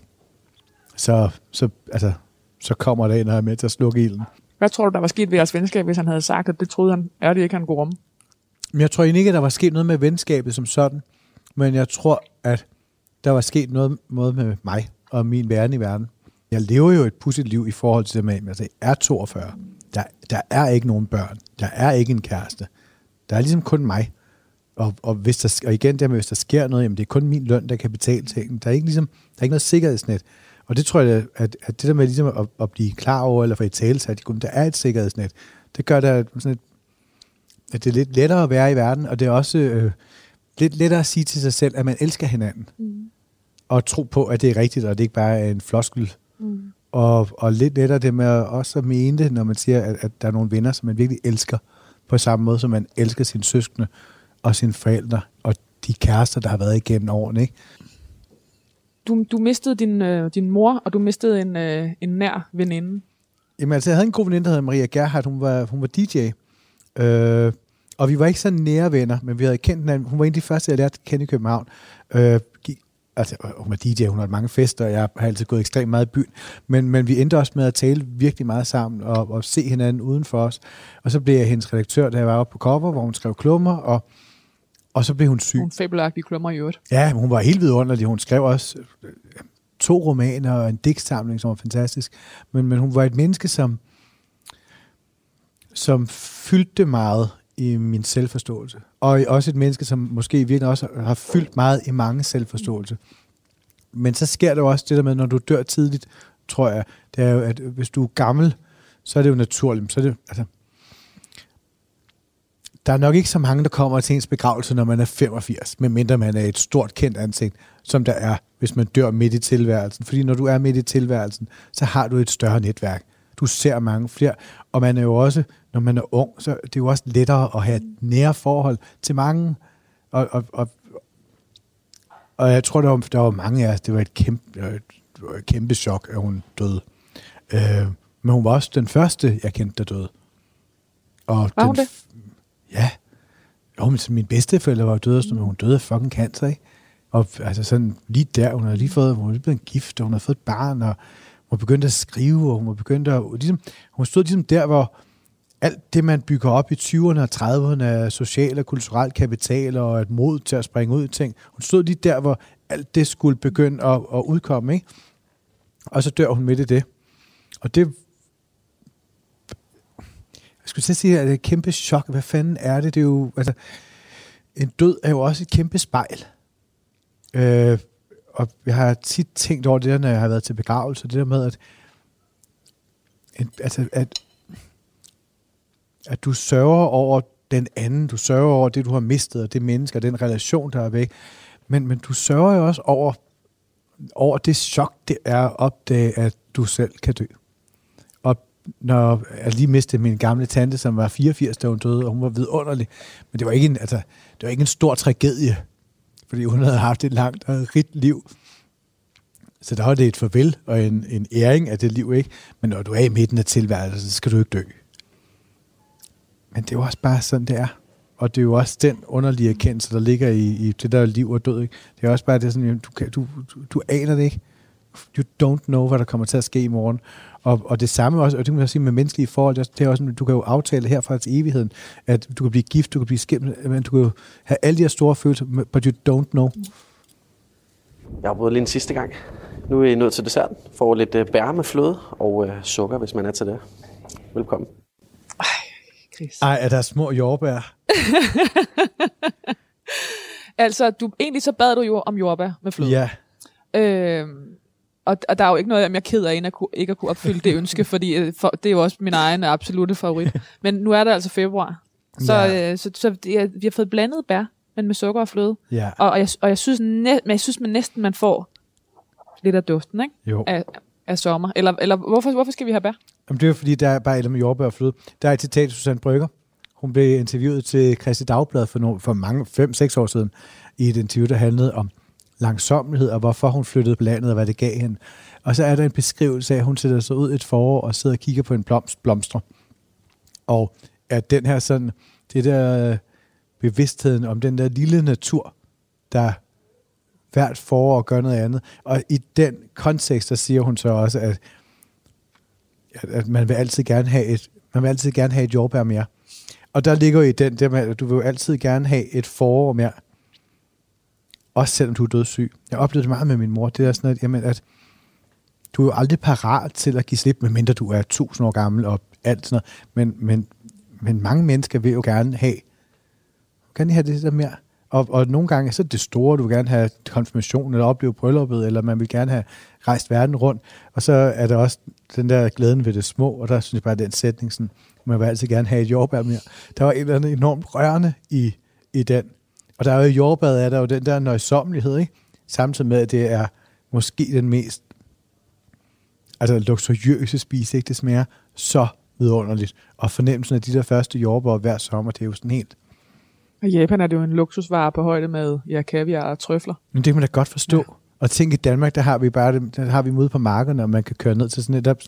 så kommer der en, og er med til at slukke ilden. Hvad tror du, der var sket ved jeres venskab, hvis han havde sagt, at det troede han, ikke han kunne rumme? Men jeg tror egentlig ikke, at der var sket noget med venskabet som sådan, men jeg tror, at der var sket noget med mig og min verden i verden. Jeg lever jo et pudsigt liv i forhold til det med, altså jeg er 42. Der er ikke nogen børn. Der er ikke en kæreste. Der er ligesom kun mig. Og igen der med, hvis der sker noget, jamen det er kun min løn, der kan betale ting. Der er ikke noget sikkerhedsnet. Og det tror jeg, at det der med ligesom at blive klar over, eller for i tale, at der er et sikkerhedsnet, det gør det, sådan at det er lidt lettere at være i verden, og det er også lidt lettere at sige til sig selv, at man elsker hinanden. Mm. Og tro på, at det er rigtigt, og det ikke bare er en floskel. Mm. Og lidt lettere det med også at mene det, når man siger, at der er nogle venner, som man virkelig elsker, på samme måde, som man elsker sine søskende og sine forældre, og de kærester, der har været igennem årene, ikke? Du mistede din mor, og du mistede en nær veninde. Jamen altså, jeg havde en god veninde, der hedder Maria Gerhardt. Hun var DJ. Og vi var ikke så nære venner, men vi havde kendt hinanden. Hun var en af de første, jeg lærte at kende i København. Hun var DJ, hun havde mange fester, og jeg har altid gået ekstremt meget i byen. Men vi endte også med at tale virkelig meget sammen, og se hinanden uden for os. Og så blev jeg hendes redaktør, da jeg var oppe på Cover, hvor hun skrev klummer, og så blev hun syg. Hun fabelagtige klummer i øvrigt. Ja, hun var helt vidunderlig. Hun skrev også 2 romaner og en digtsamling, som var fantastisk. Men hun var et menneske, som fyldte meget i min selvforståelse. Og også et menneske, som måske virkelig også har fyldt meget i mange selvforståelse. Men så sker der også det der med, når du dør tidligt, tror jeg, det er jo, at hvis du er gammel, så er det jo naturligt. Så er det, altså, der er nok ikke så mange, der kommer til ens begravelse, når man er 85, medmindre man er et stort kendt ansigt, som der er, hvis man dør midt i tilværelsen. Fordi når du er midt i tilværelsen, så har du et større netværk. Du ser mange flere, og man er jo også, når man er ung, så det er jo også lettere at have et nære forhold til mange. Og jeg tror, der var mange af os, det var et kæmpe chok, at hun døde. Men hun var også den første, jeg kendte, der døde. Og var hun det? Ja. Jo, men min bedsteforældre var døde, men hun døde af fucking cancer, ikke? Og altså sådan lige der, hun var lige blevet gift, og hun havde fået et barn, og hun var begyndt at skrive, og hun var begyndt at... hun stod ligesom der, hvor alt det, man bygger op i 20'erne og 30'erne af social og kulturel kapital og et mod til at springe ud i ting. Hun stod lige der, hvor alt det skulle begynde at udkomme, ikke? Og så dør hun midt i det. Og det... Jeg skulle sige, at det er et kæmpe chok. Hvad fanden er det? Det er jo... Altså, en død er jo også et kæmpe spejl. Og jeg har tit tænkt over det der, når jeg har været til begravelse, det der med, at du sørger over den anden, du sørger over det, du har mistet, og det menneske, og den relation, der er væk. Men du sørger jo også over det chok, det er at opdage, at du selv kan dø. Og når jeg lige mistede min gamle tante, som var 84, da hun døde, og hun var vidunderlig, men det var ikke en stor tragedie, fordi hun havde haft et langt og rigt liv. Så der var det et farvel og en æring af det liv, ikke? Men når du er i midten af tilværelsen, så skal du ikke dø. Men det er jo også bare sådan, det er. Og det er jo også den underlige erkendelse, der ligger i det der liv og død, ikke? Det er også bare det sådan, du aner det ikke. You don't know, hvad der kommer til at ske i morgen. Og det samme også, og det kan man sige med menneskelige forhold, det er også, du kan jo aftale herfra til evigheden, at du kan blive gift, du kan blive skilt, men du kan jo have alle de her store følelser, but you don't know. Jeg har prøvet lige en sidste gang. Nu er I nået til desserten. Får lidt bær med fløde og sukker, hvis man er til det. Velkommen. Ej, Chris. Ej, er der små jordbær? Altså, egentlig så bad du jo om jordbær med fløde. Ja. Og der er jo ikke noget, jeg er ked af ikke at kunne opfylde det ønske, fordi det er jo også min egen absolutte favorit. Men nu er det altså februar, så vi har fået blandet bær, men med sukker og fløde. Ja. Og jeg synes, man næsten man får lidt af duften, ikke? Jo. Af sommer. Eller hvorfor skal vi have bær? Jamen, det er fordi, der er bare et med jordbær og fløde. Der er et citat af Susanne Brøgger. Hun blev interviewet til Kristi Dagblad for mange 5-6 år siden, i et interview, der handlede om langsommelighed, og hvorfor hun flyttede på landet, og hvad det gav hende. Og så er der en beskrivelse af, at hun sætter sig ud et forår, og sidder og kigger på en blomstre. Og at den her sådan, det der bevidstheden om den der lille natur, der hvert forår gør noget andet. Og i den kontekst, der siger hun så også, at man vil altid gerne have et jordbær mere. Og der ligger i den der med, at du vil jo altid gerne have et forår mere. Også selvom du er dødssyg. Jeg oplevede det meget med min mor. Det er sådan, at du er jo aldrig parat til at give slip, medmindre du er 1000 år gammel og alt sådan noget. Men mange mennesker vil jo gerne have det der mere. Og nogle gange så er det store, du vil gerne have konfirmation, eller opleve brylluppet, eller man vil gerne have rejst verden rundt. Og så er der også den der glæden ved det små, og der synes jeg bare, at den sætning, sådan, man vil altid gerne have et jordbær mere. Der var et eller andet enormt rørende i den. Og der er jo i jordbæret, er der jo den der nøjsommelighed, ikke? Samtidig med, at det er måske den mest luksuriøse spise, ikke? Det smager så vidunderligt. Og fornemmelsen af de der første jordbær hver sommer, det er jo sådan helt... I Japan er det jo en luksusvare på højde med kaviar og trøfler. Men det kan man da godt forstå. Ja. Og tænk, i Danmark, der har vi ude på markerne, og man kan køre ned til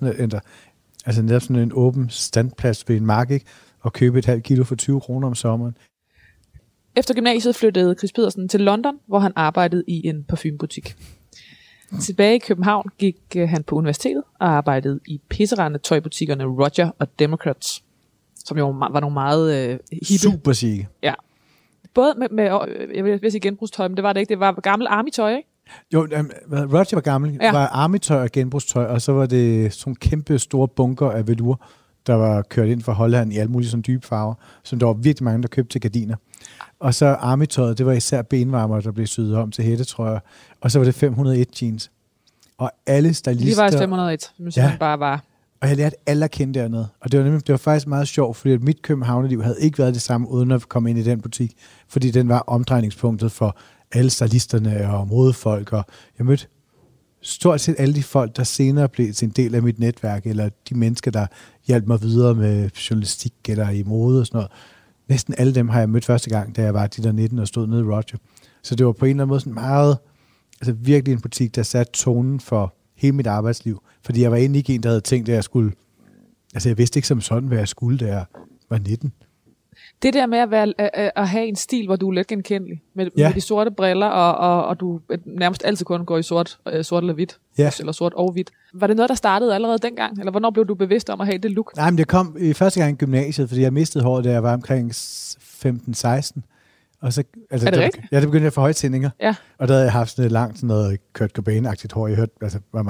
sådan en åben standplads ved en mark, ikke? Og købe et halvt kilo for 20 kroner om sommeren. Efter gymnasiet flyttede Chris Pedersen til London, hvor han arbejdede i en parfumebutik. Tilbage i København gik han på universitetet og arbejdede i pisserende tøjbutikkerne Roger og Democrats, som jo var nogle meget hippe. Super chique. Ja. Både med jeg vil sige genbrugstøj, men det var det ikke. Det var gammel army-tøj, ikke? Jo, Roger var gammel. Ja. Var army-tøj og genbrugstøj, og så var det sådan kæmpe store bunker af velour, der var kørt ind fra Holland i alle mulige sådan dybe farver, som der var virkelig mange, der købte til gardiner. Og så army-tøjet, det var især benvarmer, der blev syet om til hættetrøjer. Og så var det 501 jeans. Og alle stylister... Det var også 501, som bare var... Og jeg lærte alle at kende dernede. Og det var faktisk meget sjovt, fordi at mit københavnerliv havde ikke været det samme, uden at komme ind i den butik. Fordi den var omdrejningspunktet for alle stylisterne og modefolk. Og jeg mødte stort set alle de folk, der senere blev til en del af mit netværk, eller de mennesker, der hjalp mig videre med journalistik eller i mode og sådan noget. Næsten alle dem har jeg mødt første gang, da jeg var de der 19 og stod nede i Roger. Så det var på en eller anden måde sådan meget, virkelig en butik, der satte tonen for hele mit arbejdsliv. Fordi jeg var egentlig ikke en, der havde tænkt, at jeg skulle... jeg vidste ikke som sådan, hvad jeg skulle, da jeg var 19. Det der med at have en stil, hvor du er let genkendelig, med de sorte briller, og du nærmest altid kun går i sort eller hvidt, eller sort og hvidt. Var det noget, der startede allerede dengang? Eller hvornår blev du bevidst om at have det look? Nej, men det kom i første gang i gymnasiet, fordi jeg mistede håret, da jeg var omkring 15-16. Og så, er det rigtigt? Ja, det begyndte jeg for højtændinger. Ja. Og der havde jeg haft sådan et langt, sådan noget Kurt Cobain-agtigt hår. Jeg hørte, var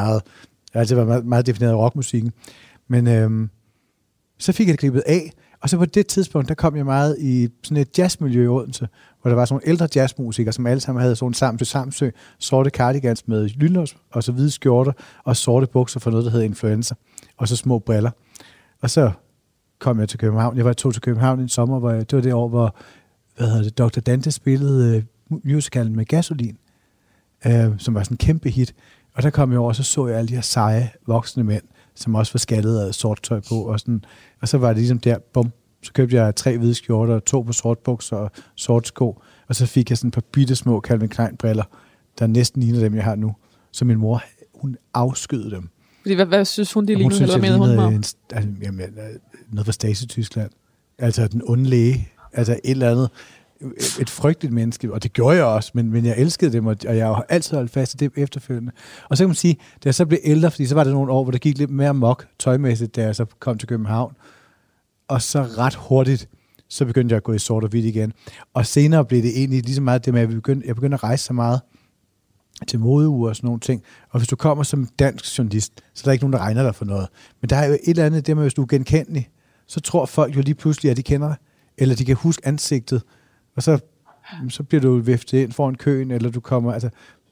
meget defineret af rockmusikken. Men så fik jeg det klippet af. Og så på det tidspunkt, der kom jeg meget i sådan et jazzmiljø i Odense, hvor der var sådan nogle ældre jazzmusikere, som alle sammen havde sådan sammen til Samsø, sorte cardigans med lynlås, og så hvide skjorter, og sorte bukser for noget, der hedder influencer, og så små briller. Og så kom jeg til København. Jeg tog til København i en sommer, hvor det var det år, hvor Dr. Dante spillede musicalen med Gasolin, som var sådan en kæmpe hit. Og der kom jeg over, og så jeg alle de her seje, voksne mænd, som også var skaldet af sort tøj på. Og så var det ligesom der, bum, så købte jeg 3 hvide skjorter, 2 på sort bukser og sort sko. Og så fik jeg sådan et par bittesmå Calvin Klein briller, der næsten ligner dem, jeg har nu. Så min mor, hun afskød dem. Fordi, hvad synes hun, de lignede? Eller hvad mener hun med? Noget fra Stasi-Tyskland. Altså den onde læge. Altså et eller andet. Et frygteligt menneske, og det gjorde jeg også, men jeg elskede dem, og jeg har altid holdt fast i det efterfølgende. Og så kan man sige, da jeg så blev ældre, fordi så var der nogle år, hvor der gik lidt mere mok tøjmæssigt, da jeg så kom til København, og så ret hurtigt, så begyndte jeg at gå i sort og hvidt igen. Og senere blev det egentlig lige så meget det med, at jeg begyndte at rejse så meget til modeuger og sådan nogle ting. Og hvis du kommer som dansk journalist, så er der ikke nogen, der regner dig for noget. Men der er jo et eller andet det med, hvis du er genkendelig, så tror folk jo lige pludselig, at de kender dig, eller de kan huske ansigtet, og så bliver du viftet ind foran køen, eller du kommer,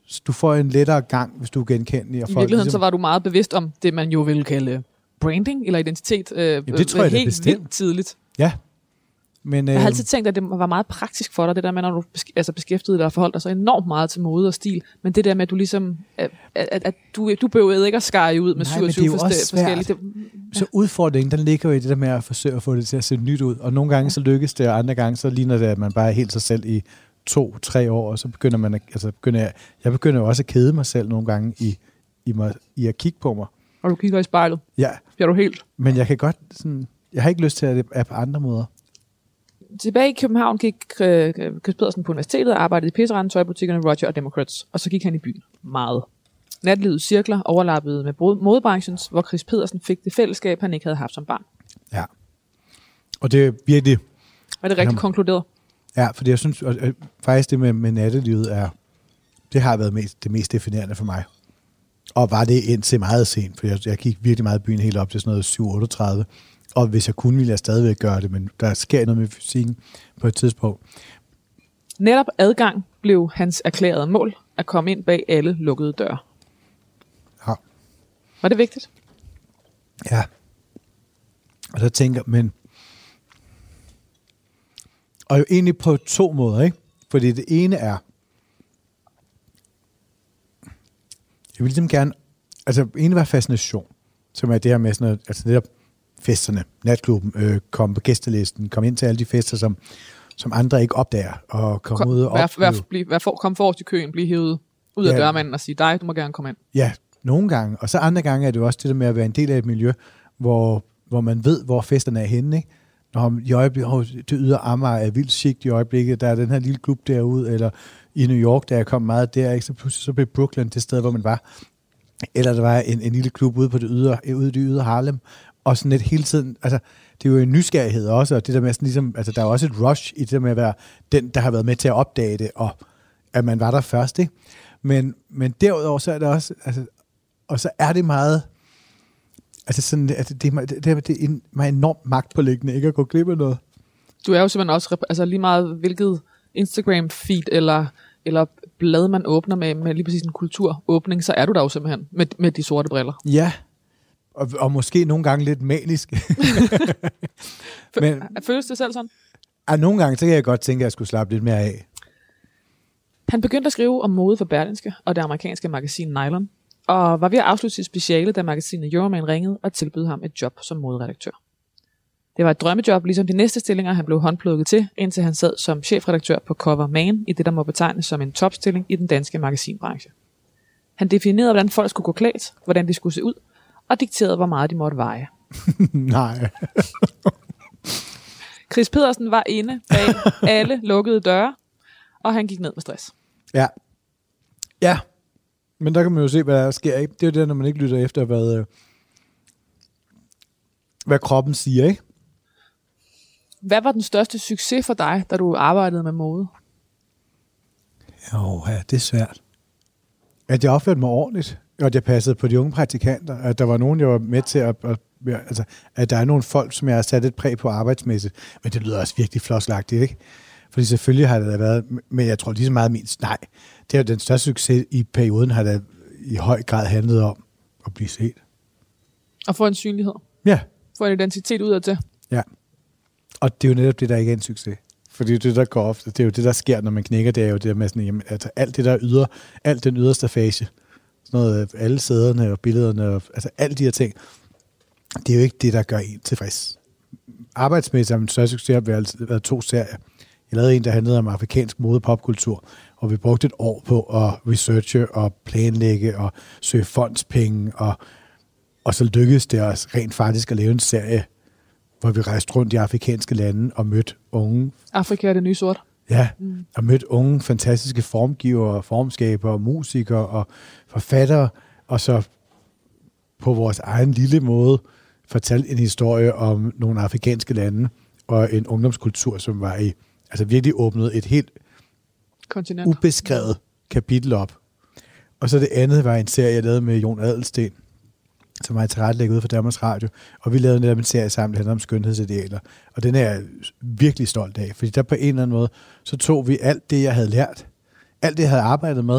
du får en lettere gang, hvis du er genkendelig. Og i virkeligheden så var du meget bevidst om det, man jo ville kalde branding eller identitet. Det tror jeg, helt vildt tidligt. Ja. Men, jeg har altid tænkt, at det var meget praktisk for dig, det der med, når du beskæftigede dig og forholdt dig så enormt meget til mode og stil, men det der med, at du ligesom, at du behøvede ikke at skære ud med 27 forskellige. Så udfordringen, den ligger jo i det der med at forsøge at få det til at se nyt ud, og nogle gange så lykkes det, og andre gange så ligner det, at man bare er helt sig selv i 2-3 år, og så begynder man, jeg begynder jo også at kede mig selv nogle gange i at kigge på mig. Og du kigger i spejlet? Ja. Bliver du helt? Men jeg kan godt jeg har ikke lyst til, at det er på andre måder. Tilbage i København gik Chris Pedersen på universitetet og arbejdede i pisseranden, tøjbutikkerne Roger og Democrats, og så gik han i byen meget. Natlivets cirkler overlappede med modebranchens, hvor Chris Pedersen fik det fællesskab, han ikke havde haft som barn. Ja. Og det er virkelig... Var det rigtigt konkluderet? Ja, fordi jeg synes faktisk det med nattelivet det har været det mest definerende for mig. Og var det indtil meget sent, for jeg gik virkelig meget i byen helt op til sådan noget 7-38. Og hvis jeg kunne, ville jeg stadigvæk gøre det, men der sker noget med fysikken på et tidspunkt. Netop adgang blev hans erklærede mål, at komme ind bag alle lukkede døre. Ja. Var det vigtigt? Ja. Og så tænker men... Og jo egentlig på 2 måder, ikke? Fordi det ene er... Jeg vil ligesom gerne... Altså, ene var fascination, som er det her med sådan noget... Altså, det der festerne, natklubben, komme på gæstelisten, komme ind til alle de fester, som andre ikke opdager, og komme ud og opleve. Kom forrest i køen, blive hævet ud af dørmanden og sige, dig, du må gerne komme ind. Ja, nogle gange. Og så andre gange er det jo også det der med at være en del af et miljø, hvor man ved, hvor festerne er henne, ikke? Når i øjeblikket, det ydre Amager er vildt chic i øjeblikket, der er den her lille klub derude, eller i New York, der jeg kom meget der, ikke? Så pludselig så blev Brooklyn det sted, hvor man var. Eller der var en lille klub ude på det ydre Harlem, og sådan lidt hele tiden, altså, det er jo en nysgerrighed også, og det der med sådan ligesom, altså, der er også et rush i det der med at være den, der har været med til at opdage det, og at man var der først, ikke? Men derudover, så er det også, altså, og så er det meget, altså sådan, at det er meget enormt magtpåliggende, ikke at gå glip af noget. Du er jo simpelthen også, altså lige meget hvilket Instagram-feed, eller blad, man åbner med lige præcis en kulturåbning, så er du der jo simpelthen med de sorte briller. Ja. Og måske nogle gange lidt manisk. Men føles det selv sådan? Nogle gange, så kan jeg godt tænke, at jeg skulle slappe lidt mere af. Han begyndte at skrive om mode for Berlingske og det amerikanske magasin Nylon, og var ved at afslutte sit speciale, da magasinet Euroman ringede og tilbød ham et job som moderedaktør. Det var et drømmejob, ligesom de næste stillinger, han blev håndplukket til, indtil han sad som chefredaktør på Cover Man i det, der må betegnes som en topstilling i den danske magasinbranche. Han definerede, hvordan folk skulle gå klædt, hvordan de skulle se ud, og dikterede, hvor meget de måtte veje. Nej. Chris Pedersen var inde bag alle lukkede døre, og han gik ned med stress. Ja. Ja. Men der kan man jo se, hvad der sker, ikke? Det er jo det, når man ikke lytter efter, hvad kroppen siger, ikke? Hvad var den største succes for dig, da du arbejdede med mode? Jo, ja, det er svært. At jeg opførte mig ordentligt, og at jeg passede på de unge praktikanter, at der var nogen, jeg var med til altså, at der er nogle folk, som jeg har sat et præg på arbejdsmæssigt, men det lyder også virkelig floskelagtigt, ikke? Fordi selvfølgelig har det været, men jeg tror lige så meget nej, det er den største succes i perioden, har det i høj grad handlet om at blive set. Og få en synlighed. Ja. Få en identitet udadtil. Ja. Og det er jo netop det, der ikke er en succes. Fordi det der går ofte, det er jo det, der sker, når man knækker, det er jo det der med sådan, jamen, altså alt det der alt den yderste fase, sådan noget, alle sæderne og billederne, og, altså alle de her ting, det er jo ikke det, der gør en tilfreds. Arbejdsmæssigt har min største succes har været 2 serier. Jeg lavede en, der handlede om afrikansk mode og popkultur, og vi brugte et år på at researche og planlægge og søge fondspenge, og så lykkedes det os rent faktisk at lave en serie, hvor vi rejste rundt i afrikanske lande og mødte unge. Afrika er det nye sort. Ja, og mødte unge, fantastiske formgivere, formskabere, musikere og forfattere, og så på vores egen lille måde fortalte en historie om nogle afrikanske lande og en ungdomskultur, som var virkelig åbnet et helt kontinent, ubeskrevet kapitel op. Og så det andet var en serie, jeg lavede med Jon Adelsten, som var i tilrettelægget ude for Danmarks Radio, og vi lavede netop en serie sammen, der handler om skønhedsidealer. Og den er jeg virkelig stolt af, fordi der på en eller anden måde, så tog vi alt det, jeg havde lært, alt det, jeg havde arbejdet med,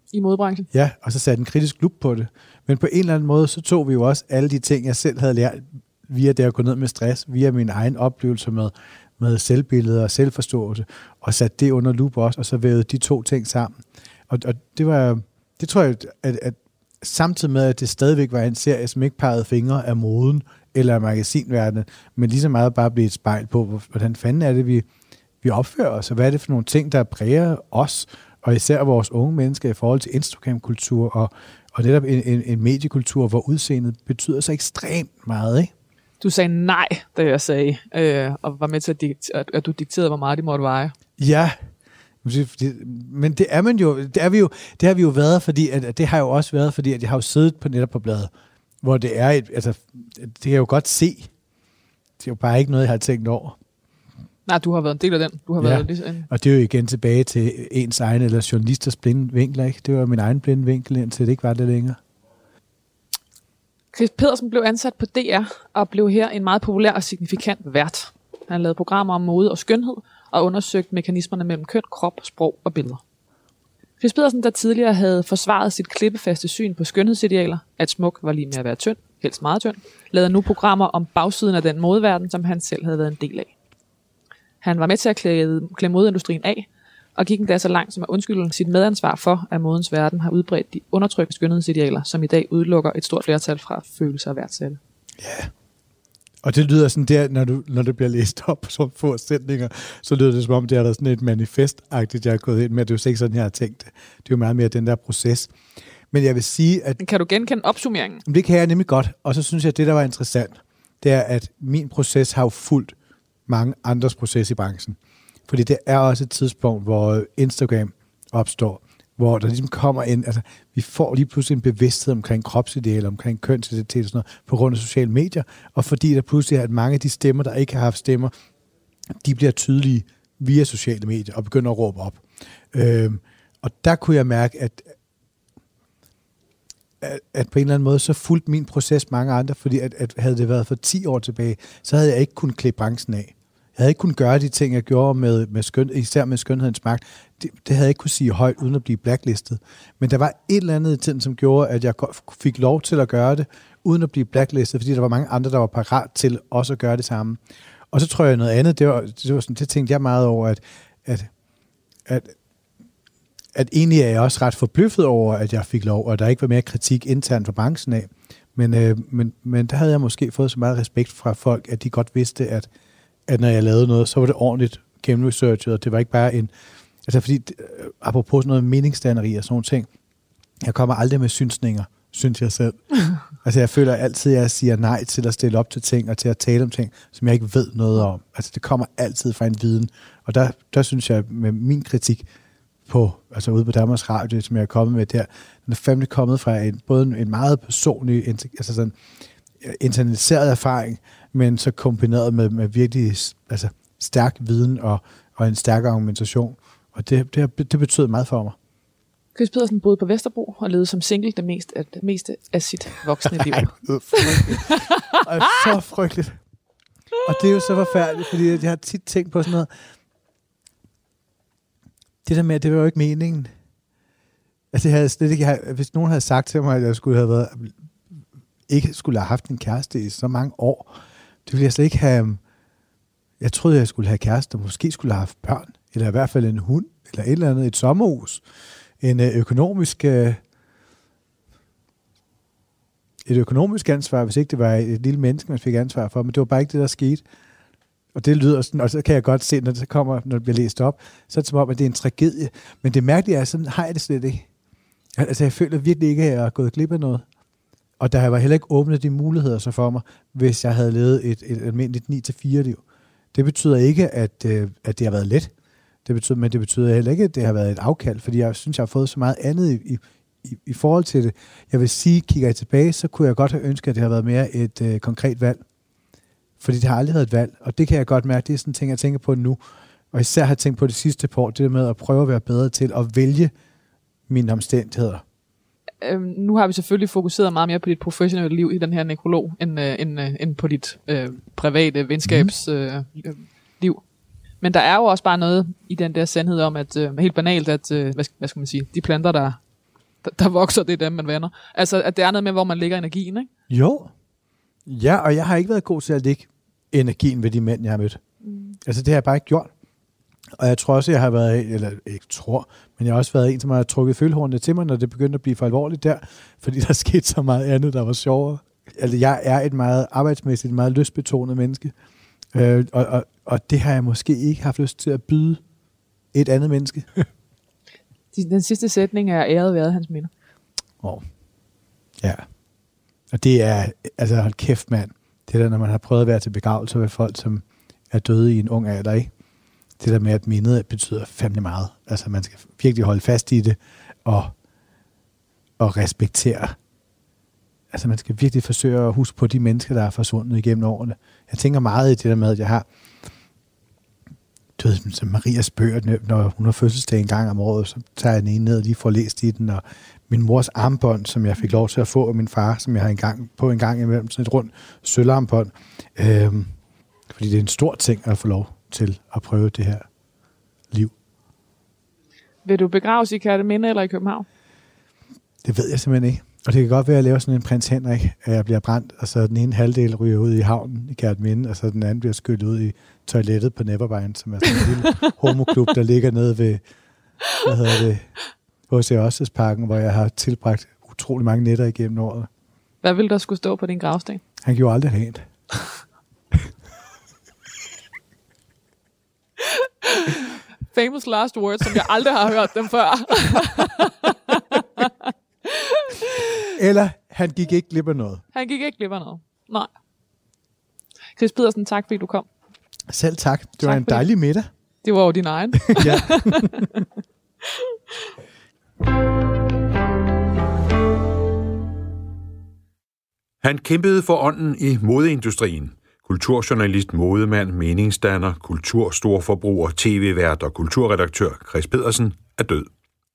i modebranchen. Ja, og så satte en kritisk lup på det. Men på en eller anden måde, så tog vi jo også alle de ting, jeg selv havde lært via det at gå ned med stress, via min egen oplevelse med selvbillede og selvforståelse, og satte det under lup også, og så vævede de to ting sammen. Og det tror jeg, at samtidig med, at det stadigvæk var en serie, som ikke pegede fingre af moden eller af magasinverdenen, men lige så meget bare blev et spejl på, hvordan fanden er det, vi opfører os, og hvad er det for nogle ting, der præger os, og især vores unge mennesker i forhold til Instagram-kultur, og netop en mediekultur, hvor udseendet betyder så ekstremt meget, ikke? Du sagde nej, da jeg sagde, og var med til, at du dikterede, hvor meget de måtte veje. Ja, men det er man jo, det har vi jo været, fordi at det har jo også været, fordi at jeg har jo siddet netop på bladet, hvor det er det kan jeg jo godt se. Det er jo bare ikke noget, jeg har tænkt over. Nej, du har været en del af den. Du har været ligesom og det er jo igen tilbage til ens egen, eller journalisters blinde vinkel, ikke? Det var min egen blinde vinkel, indtil det ikke var det længere. Chris Pedersen blev ansat på DR, og blev her en meget populær og signifikant vært. Han lavede programmer om mode og skønhed, og undersøgte mekanismerne mellem køn, krop, sprog og billeder. Chris Pedersen, der tidligere havde forsvaret sit klippefaste syn på skønhedsidealer, at smuk var lige med at være tynd, helst meget tynd, lavede nu programmer om bagsiden af den modeverden, som han selv havde været en del af. Han var med til at klæde modeindustrien af, og gik endda så langt som at undskylde sit medansvar for, at modens verden har udbredt de undertrykte skønhedsidealer, som i dag udelukker et stort flertal fra følelser og værdsætte. Ja, og det lyder sådan der, når det bliver læst op på så få sætninger, så lyder det som om, det er der sådan et manifestagtigt, jeg har gået ind med. Det er jo ikke sådan, jeg har tænkt det. Det er jo meget mere den der proces. Men jeg vil sige, at... Kan du genkende opsummeringen? Det kan jeg nemlig godt, og så synes jeg, at det, der var interessant, det er, at min proces har jo fulgt mange andres proces i branchen. Fordi det er også et tidspunkt, hvor Instagram opstår, hvor der ligesom kommer ind, altså vi får lige pludselig en bevidsthed omkring kropsidealer, omkring kønsidentitet og sådan noget, på grund af sociale medier, og fordi der pludselig er, at mange af de stemmer, der ikke har haft stemmer, de bliver tydelige via sociale medier og begynder at råbe op. Og der kunne jeg mærke, at på en eller anden måde, så fulgte min proces mange andre, fordi at havde det været for 10 år tilbage, så havde jeg ikke kunnet klæde branchen af. Jeg havde ikke kunnet gøre de ting, jeg gjorde især med skønhedens magt. Det havde jeg ikke kunne sige højt, uden at blive blacklistet. Men der var et eller andet i tiden, som gjorde, at jeg fik lov til at gøre det, uden at blive blacklistet, fordi der var mange andre, der var parat til også at gøre det samme. Og så tror jeg noget andet, det var sådan, det tænkte jeg meget over, at egentlig er jeg også ret forbløffet over, at jeg fik lov, og der ikke var mere kritik internt fra branchen af. Men der havde jeg måske fået så meget respekt fra folk, at de godt vidste, at når jeg lavede noget, så var det ordentligt gennemresearchet, og det var ikke bare fordi, apropos sådan noget meningsdanneri og sådan nogle ting, jeg kommer aldrig med synsninger, synes jeg selv. Altså jeg føler altid, at jeg siger nej til at stille op til ting, og til at tale om ting, som jeg ikke ved noget om. Altså det kommer altid fra en viden, og der synes jeg, med min kritik ude på Danmarks Radio, som jeg er kommet med der, den er fandme kommet fra både en meget personlig, altså sådan internaliseret erfaring, men så kombineret med virkelig stærk viden og en stærk argumentation. Og det betød meget for mig. Chris Pedersen boede på Vesterbro og levede som single det meste af sit voksne liv. Så frygteligt. Og det er jo så forfærdeligt, fordi jeg har tit tænkt på sådan noget. Det der med, at det var jo ikke meningen. Altså, jeg havde slet ikke, hvis nogen havde sagt til mig, at jeg ikke skulle have haft en kæreste i så mange år, det ville jeg slet ikke have. Jeg troede, jeg skulle have kæreste, og måske skulle have haft børn, eller i hvert fald en hund, eller et eller andet, et sommerhus, et økonomisk ansvar, hvis ikke det var et lille menneske, man fik ansvar for, men det var bare ikke det, der skete. Og det lyder sådan, og så kan jeg godt se, når det bliver læst op, så er det som om, at det er en tragedie. Men det mærkelige er, sådan har jeg det slet ikke. Altså, jeg føler virkelig ikke, at jeg har gået glip af noget. Og der var heller ikke åbnet de muligheder så for mig, hvis jeg havde levet et almindeligt 9-4-liv. Det betyder ikke, at det har været let. Men det betyder heller ikke, at det har været et afkald, fordi jeg synes, jeg har fået så meget andet i forhold til det. Jeg vil sige, kigger jeg tilbage, så kunne jeg godt have ønsket, at det har været mere et konkret valg. Fordi det har aldrig været et valg, og det kan jeg godt mærke, det er sådan en ting, jeg tænker på nu. Og især har jeg tænkt på det sidste par år, det der med at prøve at være bedre til at vælge mine omstændigheder. Nu har vi selvfølgelig fokuseret meget mere på dit professionelle liv i den her nekrolog, end på dit private venskabsliv. Men der er jo også bare noget i den der sandhed om, at helt banalt, at hvad skal man sige, de planter, der vokser, det er dem, man vender. Altså, at det er noget med, hvor man lægger energien, ikke? Jo. Ja, og jeg har ikke været god til at lægge energien ved de mænd, jeg har mødt. Altså, det har jeg bare ikke gjort. Og jeg tror også, jeg har været, eller ikke tror, men jeg har også været en, som har trukket følehornene til mig, når det begyndte at blive for alvorligt der, fordi der skete så meget andet, der var sjovere. Altså, jeg er et meget arbejdsmæssigt, meget lystbetonet menneske, og det har jeg måske ikke haft lyst til at byde et andet menneske. Den sidste sætning er æret været hans minder. Ja. Og det er, altså hold kæft mand, det der, når man har prøvet at være til begravelser ved folk, som er døde i en ung alder, ikke? Det der med, at mindet betyder fandme meget. Altså man skal virkelig holde fast i det, og respektere. Altså man skal virkelig forsøge at huske på de mennesker, der er forsvundet igennem årene. Jeg tænker meget i det der med, at jeg har som Marias bøger, når hun har fødselsdag en gang om året, så tager jeg den ene ned og lige får læst i den, og min mors armbånd, som jeg fik lov til at få af min far, som jeg har en gang imellem, sådan et rundt sølvarmbånd. Fordi det er en stor ting at få lov til at prøve det her liv. Vil du begraves i Kerteminde eller i København? Det ved jeg simpelthen ikke. Og det kan godt være, at jeg laver sådan en prins Henrik, at jeg bliver brændt, og så den ene halvdel ryger ud i havnen i Kerteminde, og så den anden bliver skyllet ud i toilettet på Nevermind, som er sådan en lille homoklub, der ligger nede ved, H.C. Ørstedsparken, hvor jeg har tilbragt utrolig mange nætter igennem året. Hvad ville der skulle stå på din gravsten? Han gjorde aldrig rent. Famous last words, som jeg aldrig har hørt dem før. Eller han gik ikke glip af noget. Han gik ikke glip af noget. Nej. Chris Pedersen, tak fordi du kom. Selv tak. Det var en dejlig middag. Det var jo din egen. Ja. Han kæmpede for ånden i modeindustrien. Kulturjournalist, modemand, meningsdanner, kulturstorforbruger, tv-vært og kulturredaktør Chris Pedersen er død.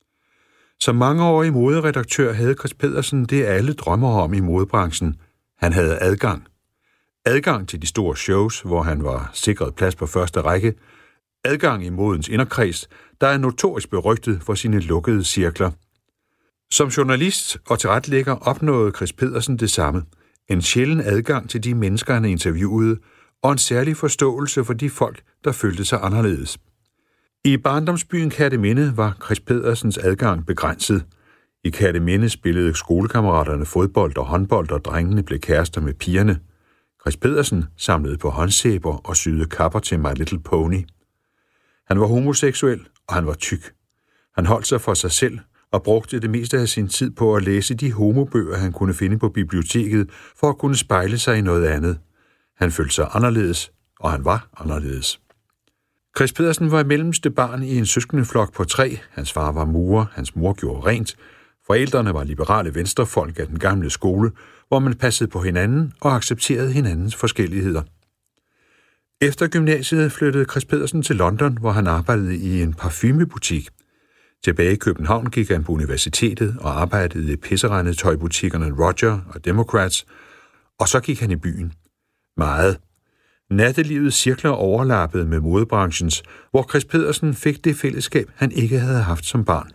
Som mangeårig moderedaktør havde Chris Pedersen det alle drømmer om i modebranchen. Han havde adgang. Adgang til de store shows, hvor han var sikret plads på første række. Adgang i modens inderkreds, der er notorisk berygtet for sine lukkede cirkler. Som journalist og tilrettelægger opnåede Chris Pedersen det samme. En sjælden adgang til de mennesker, han interviewede, og en særlig forståelse for de folk, der følte sig anderledes. I barndomsbyen Kerteminde var Chris Pedersens adgang begrænset. I Kerteminde spillede skolekammeraterne fodbold og håndbold, og drengene blev kærester med pigerne. Chris Pedersen samlede på håndsæber og syede kapper til My Little Pony. Han var homoseksuel, og han var tyk. Han holdt sig for sig selv og brugte det meste af sin tid på at læse de homobøger, han kunne finde på biblioteket, for at kunne spejle sig i noget andet. Han følte sig anderledes, og han var anderledes. Chris Pedersen var mellemste barn i en søskendeflok på 3. Hans far var murer, hans mor gjorde rent. Forældrene var liberale venstrefolk af den gamle skole, hvor man passede på hinanden og accepterede hinandens forskelligheder. Efter gymnasiet flyttede Chris Pedersen til London, hvor han arbejdede i en parfumebutik. Tilbage i København gik han på universitetet og arbejdede i pisserendetøjbutikkerne Roger og Democrats, og så gik han i byen. Meget. Nattelivet cirkler overlappede med modebranchens, hvor Chris Pedersen fik det fællesskab, han ikke havde haft som barn.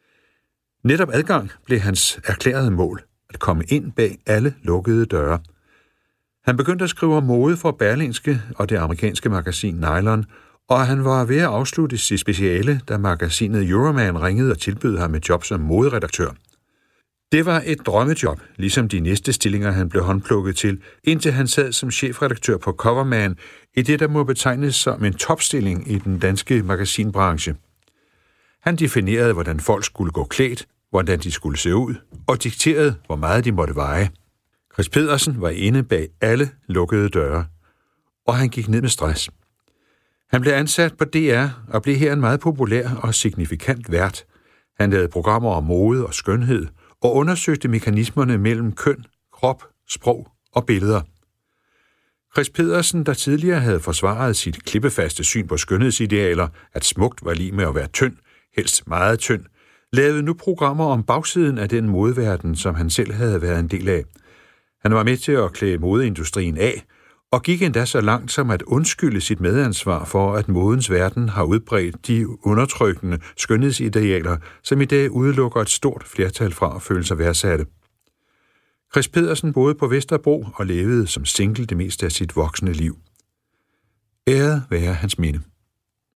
Netop adgang blev hans erklærede mål, at komme ind bag alle lukkede døre. Han begyndte at skrive om mode for Berlingske og det amerikanske magasin Nylon, og han var ved at afslutte sit speciale, da magasinet Euroman ringede og tilbød ham et job som moderedaktør. Det var et drømmejob, ligesom de næste stillinger, han blev håndplukket til, indtil han sad som chefredaktør på Coverman i det, der må betegnes som en topstilling i den danske magasinbranche. Han definerede, hvordan folk skulle gå klædt, hvordan de skulle se ud, og dikterede, hvor meget de måtte veje. Chris Pedersen var inde bag alle lukkede døre, og han gik ned med stress. Han blev ansat på DR og blev her en meget populær og signifikant vært. Han lavede programmer om mode og skønhed og undersøgte mekanismerne mellem køn, krop, sprog og billeder. Chris Pedersen, der tidligere havde forsvaret sit klippefaste syn på skønhedsidealer, at smukt var lige med at være tynd, helst meget tynd, lavede nu programmer om bagsiden af den modeverden, som han selv havde været en del af. Han var med til at klæde modeindustrien af, og gik endda så langt som at undskylde sit medansvar for, at modens verden har udbredt de undertrykkende skønhedsidealer, som i dag udelukker et stort flertal fra at føle sig værdsatte. Chris Pedersen boede på Vesterbro og levede som single det meste af sit voksne liv. Æret være hans minde.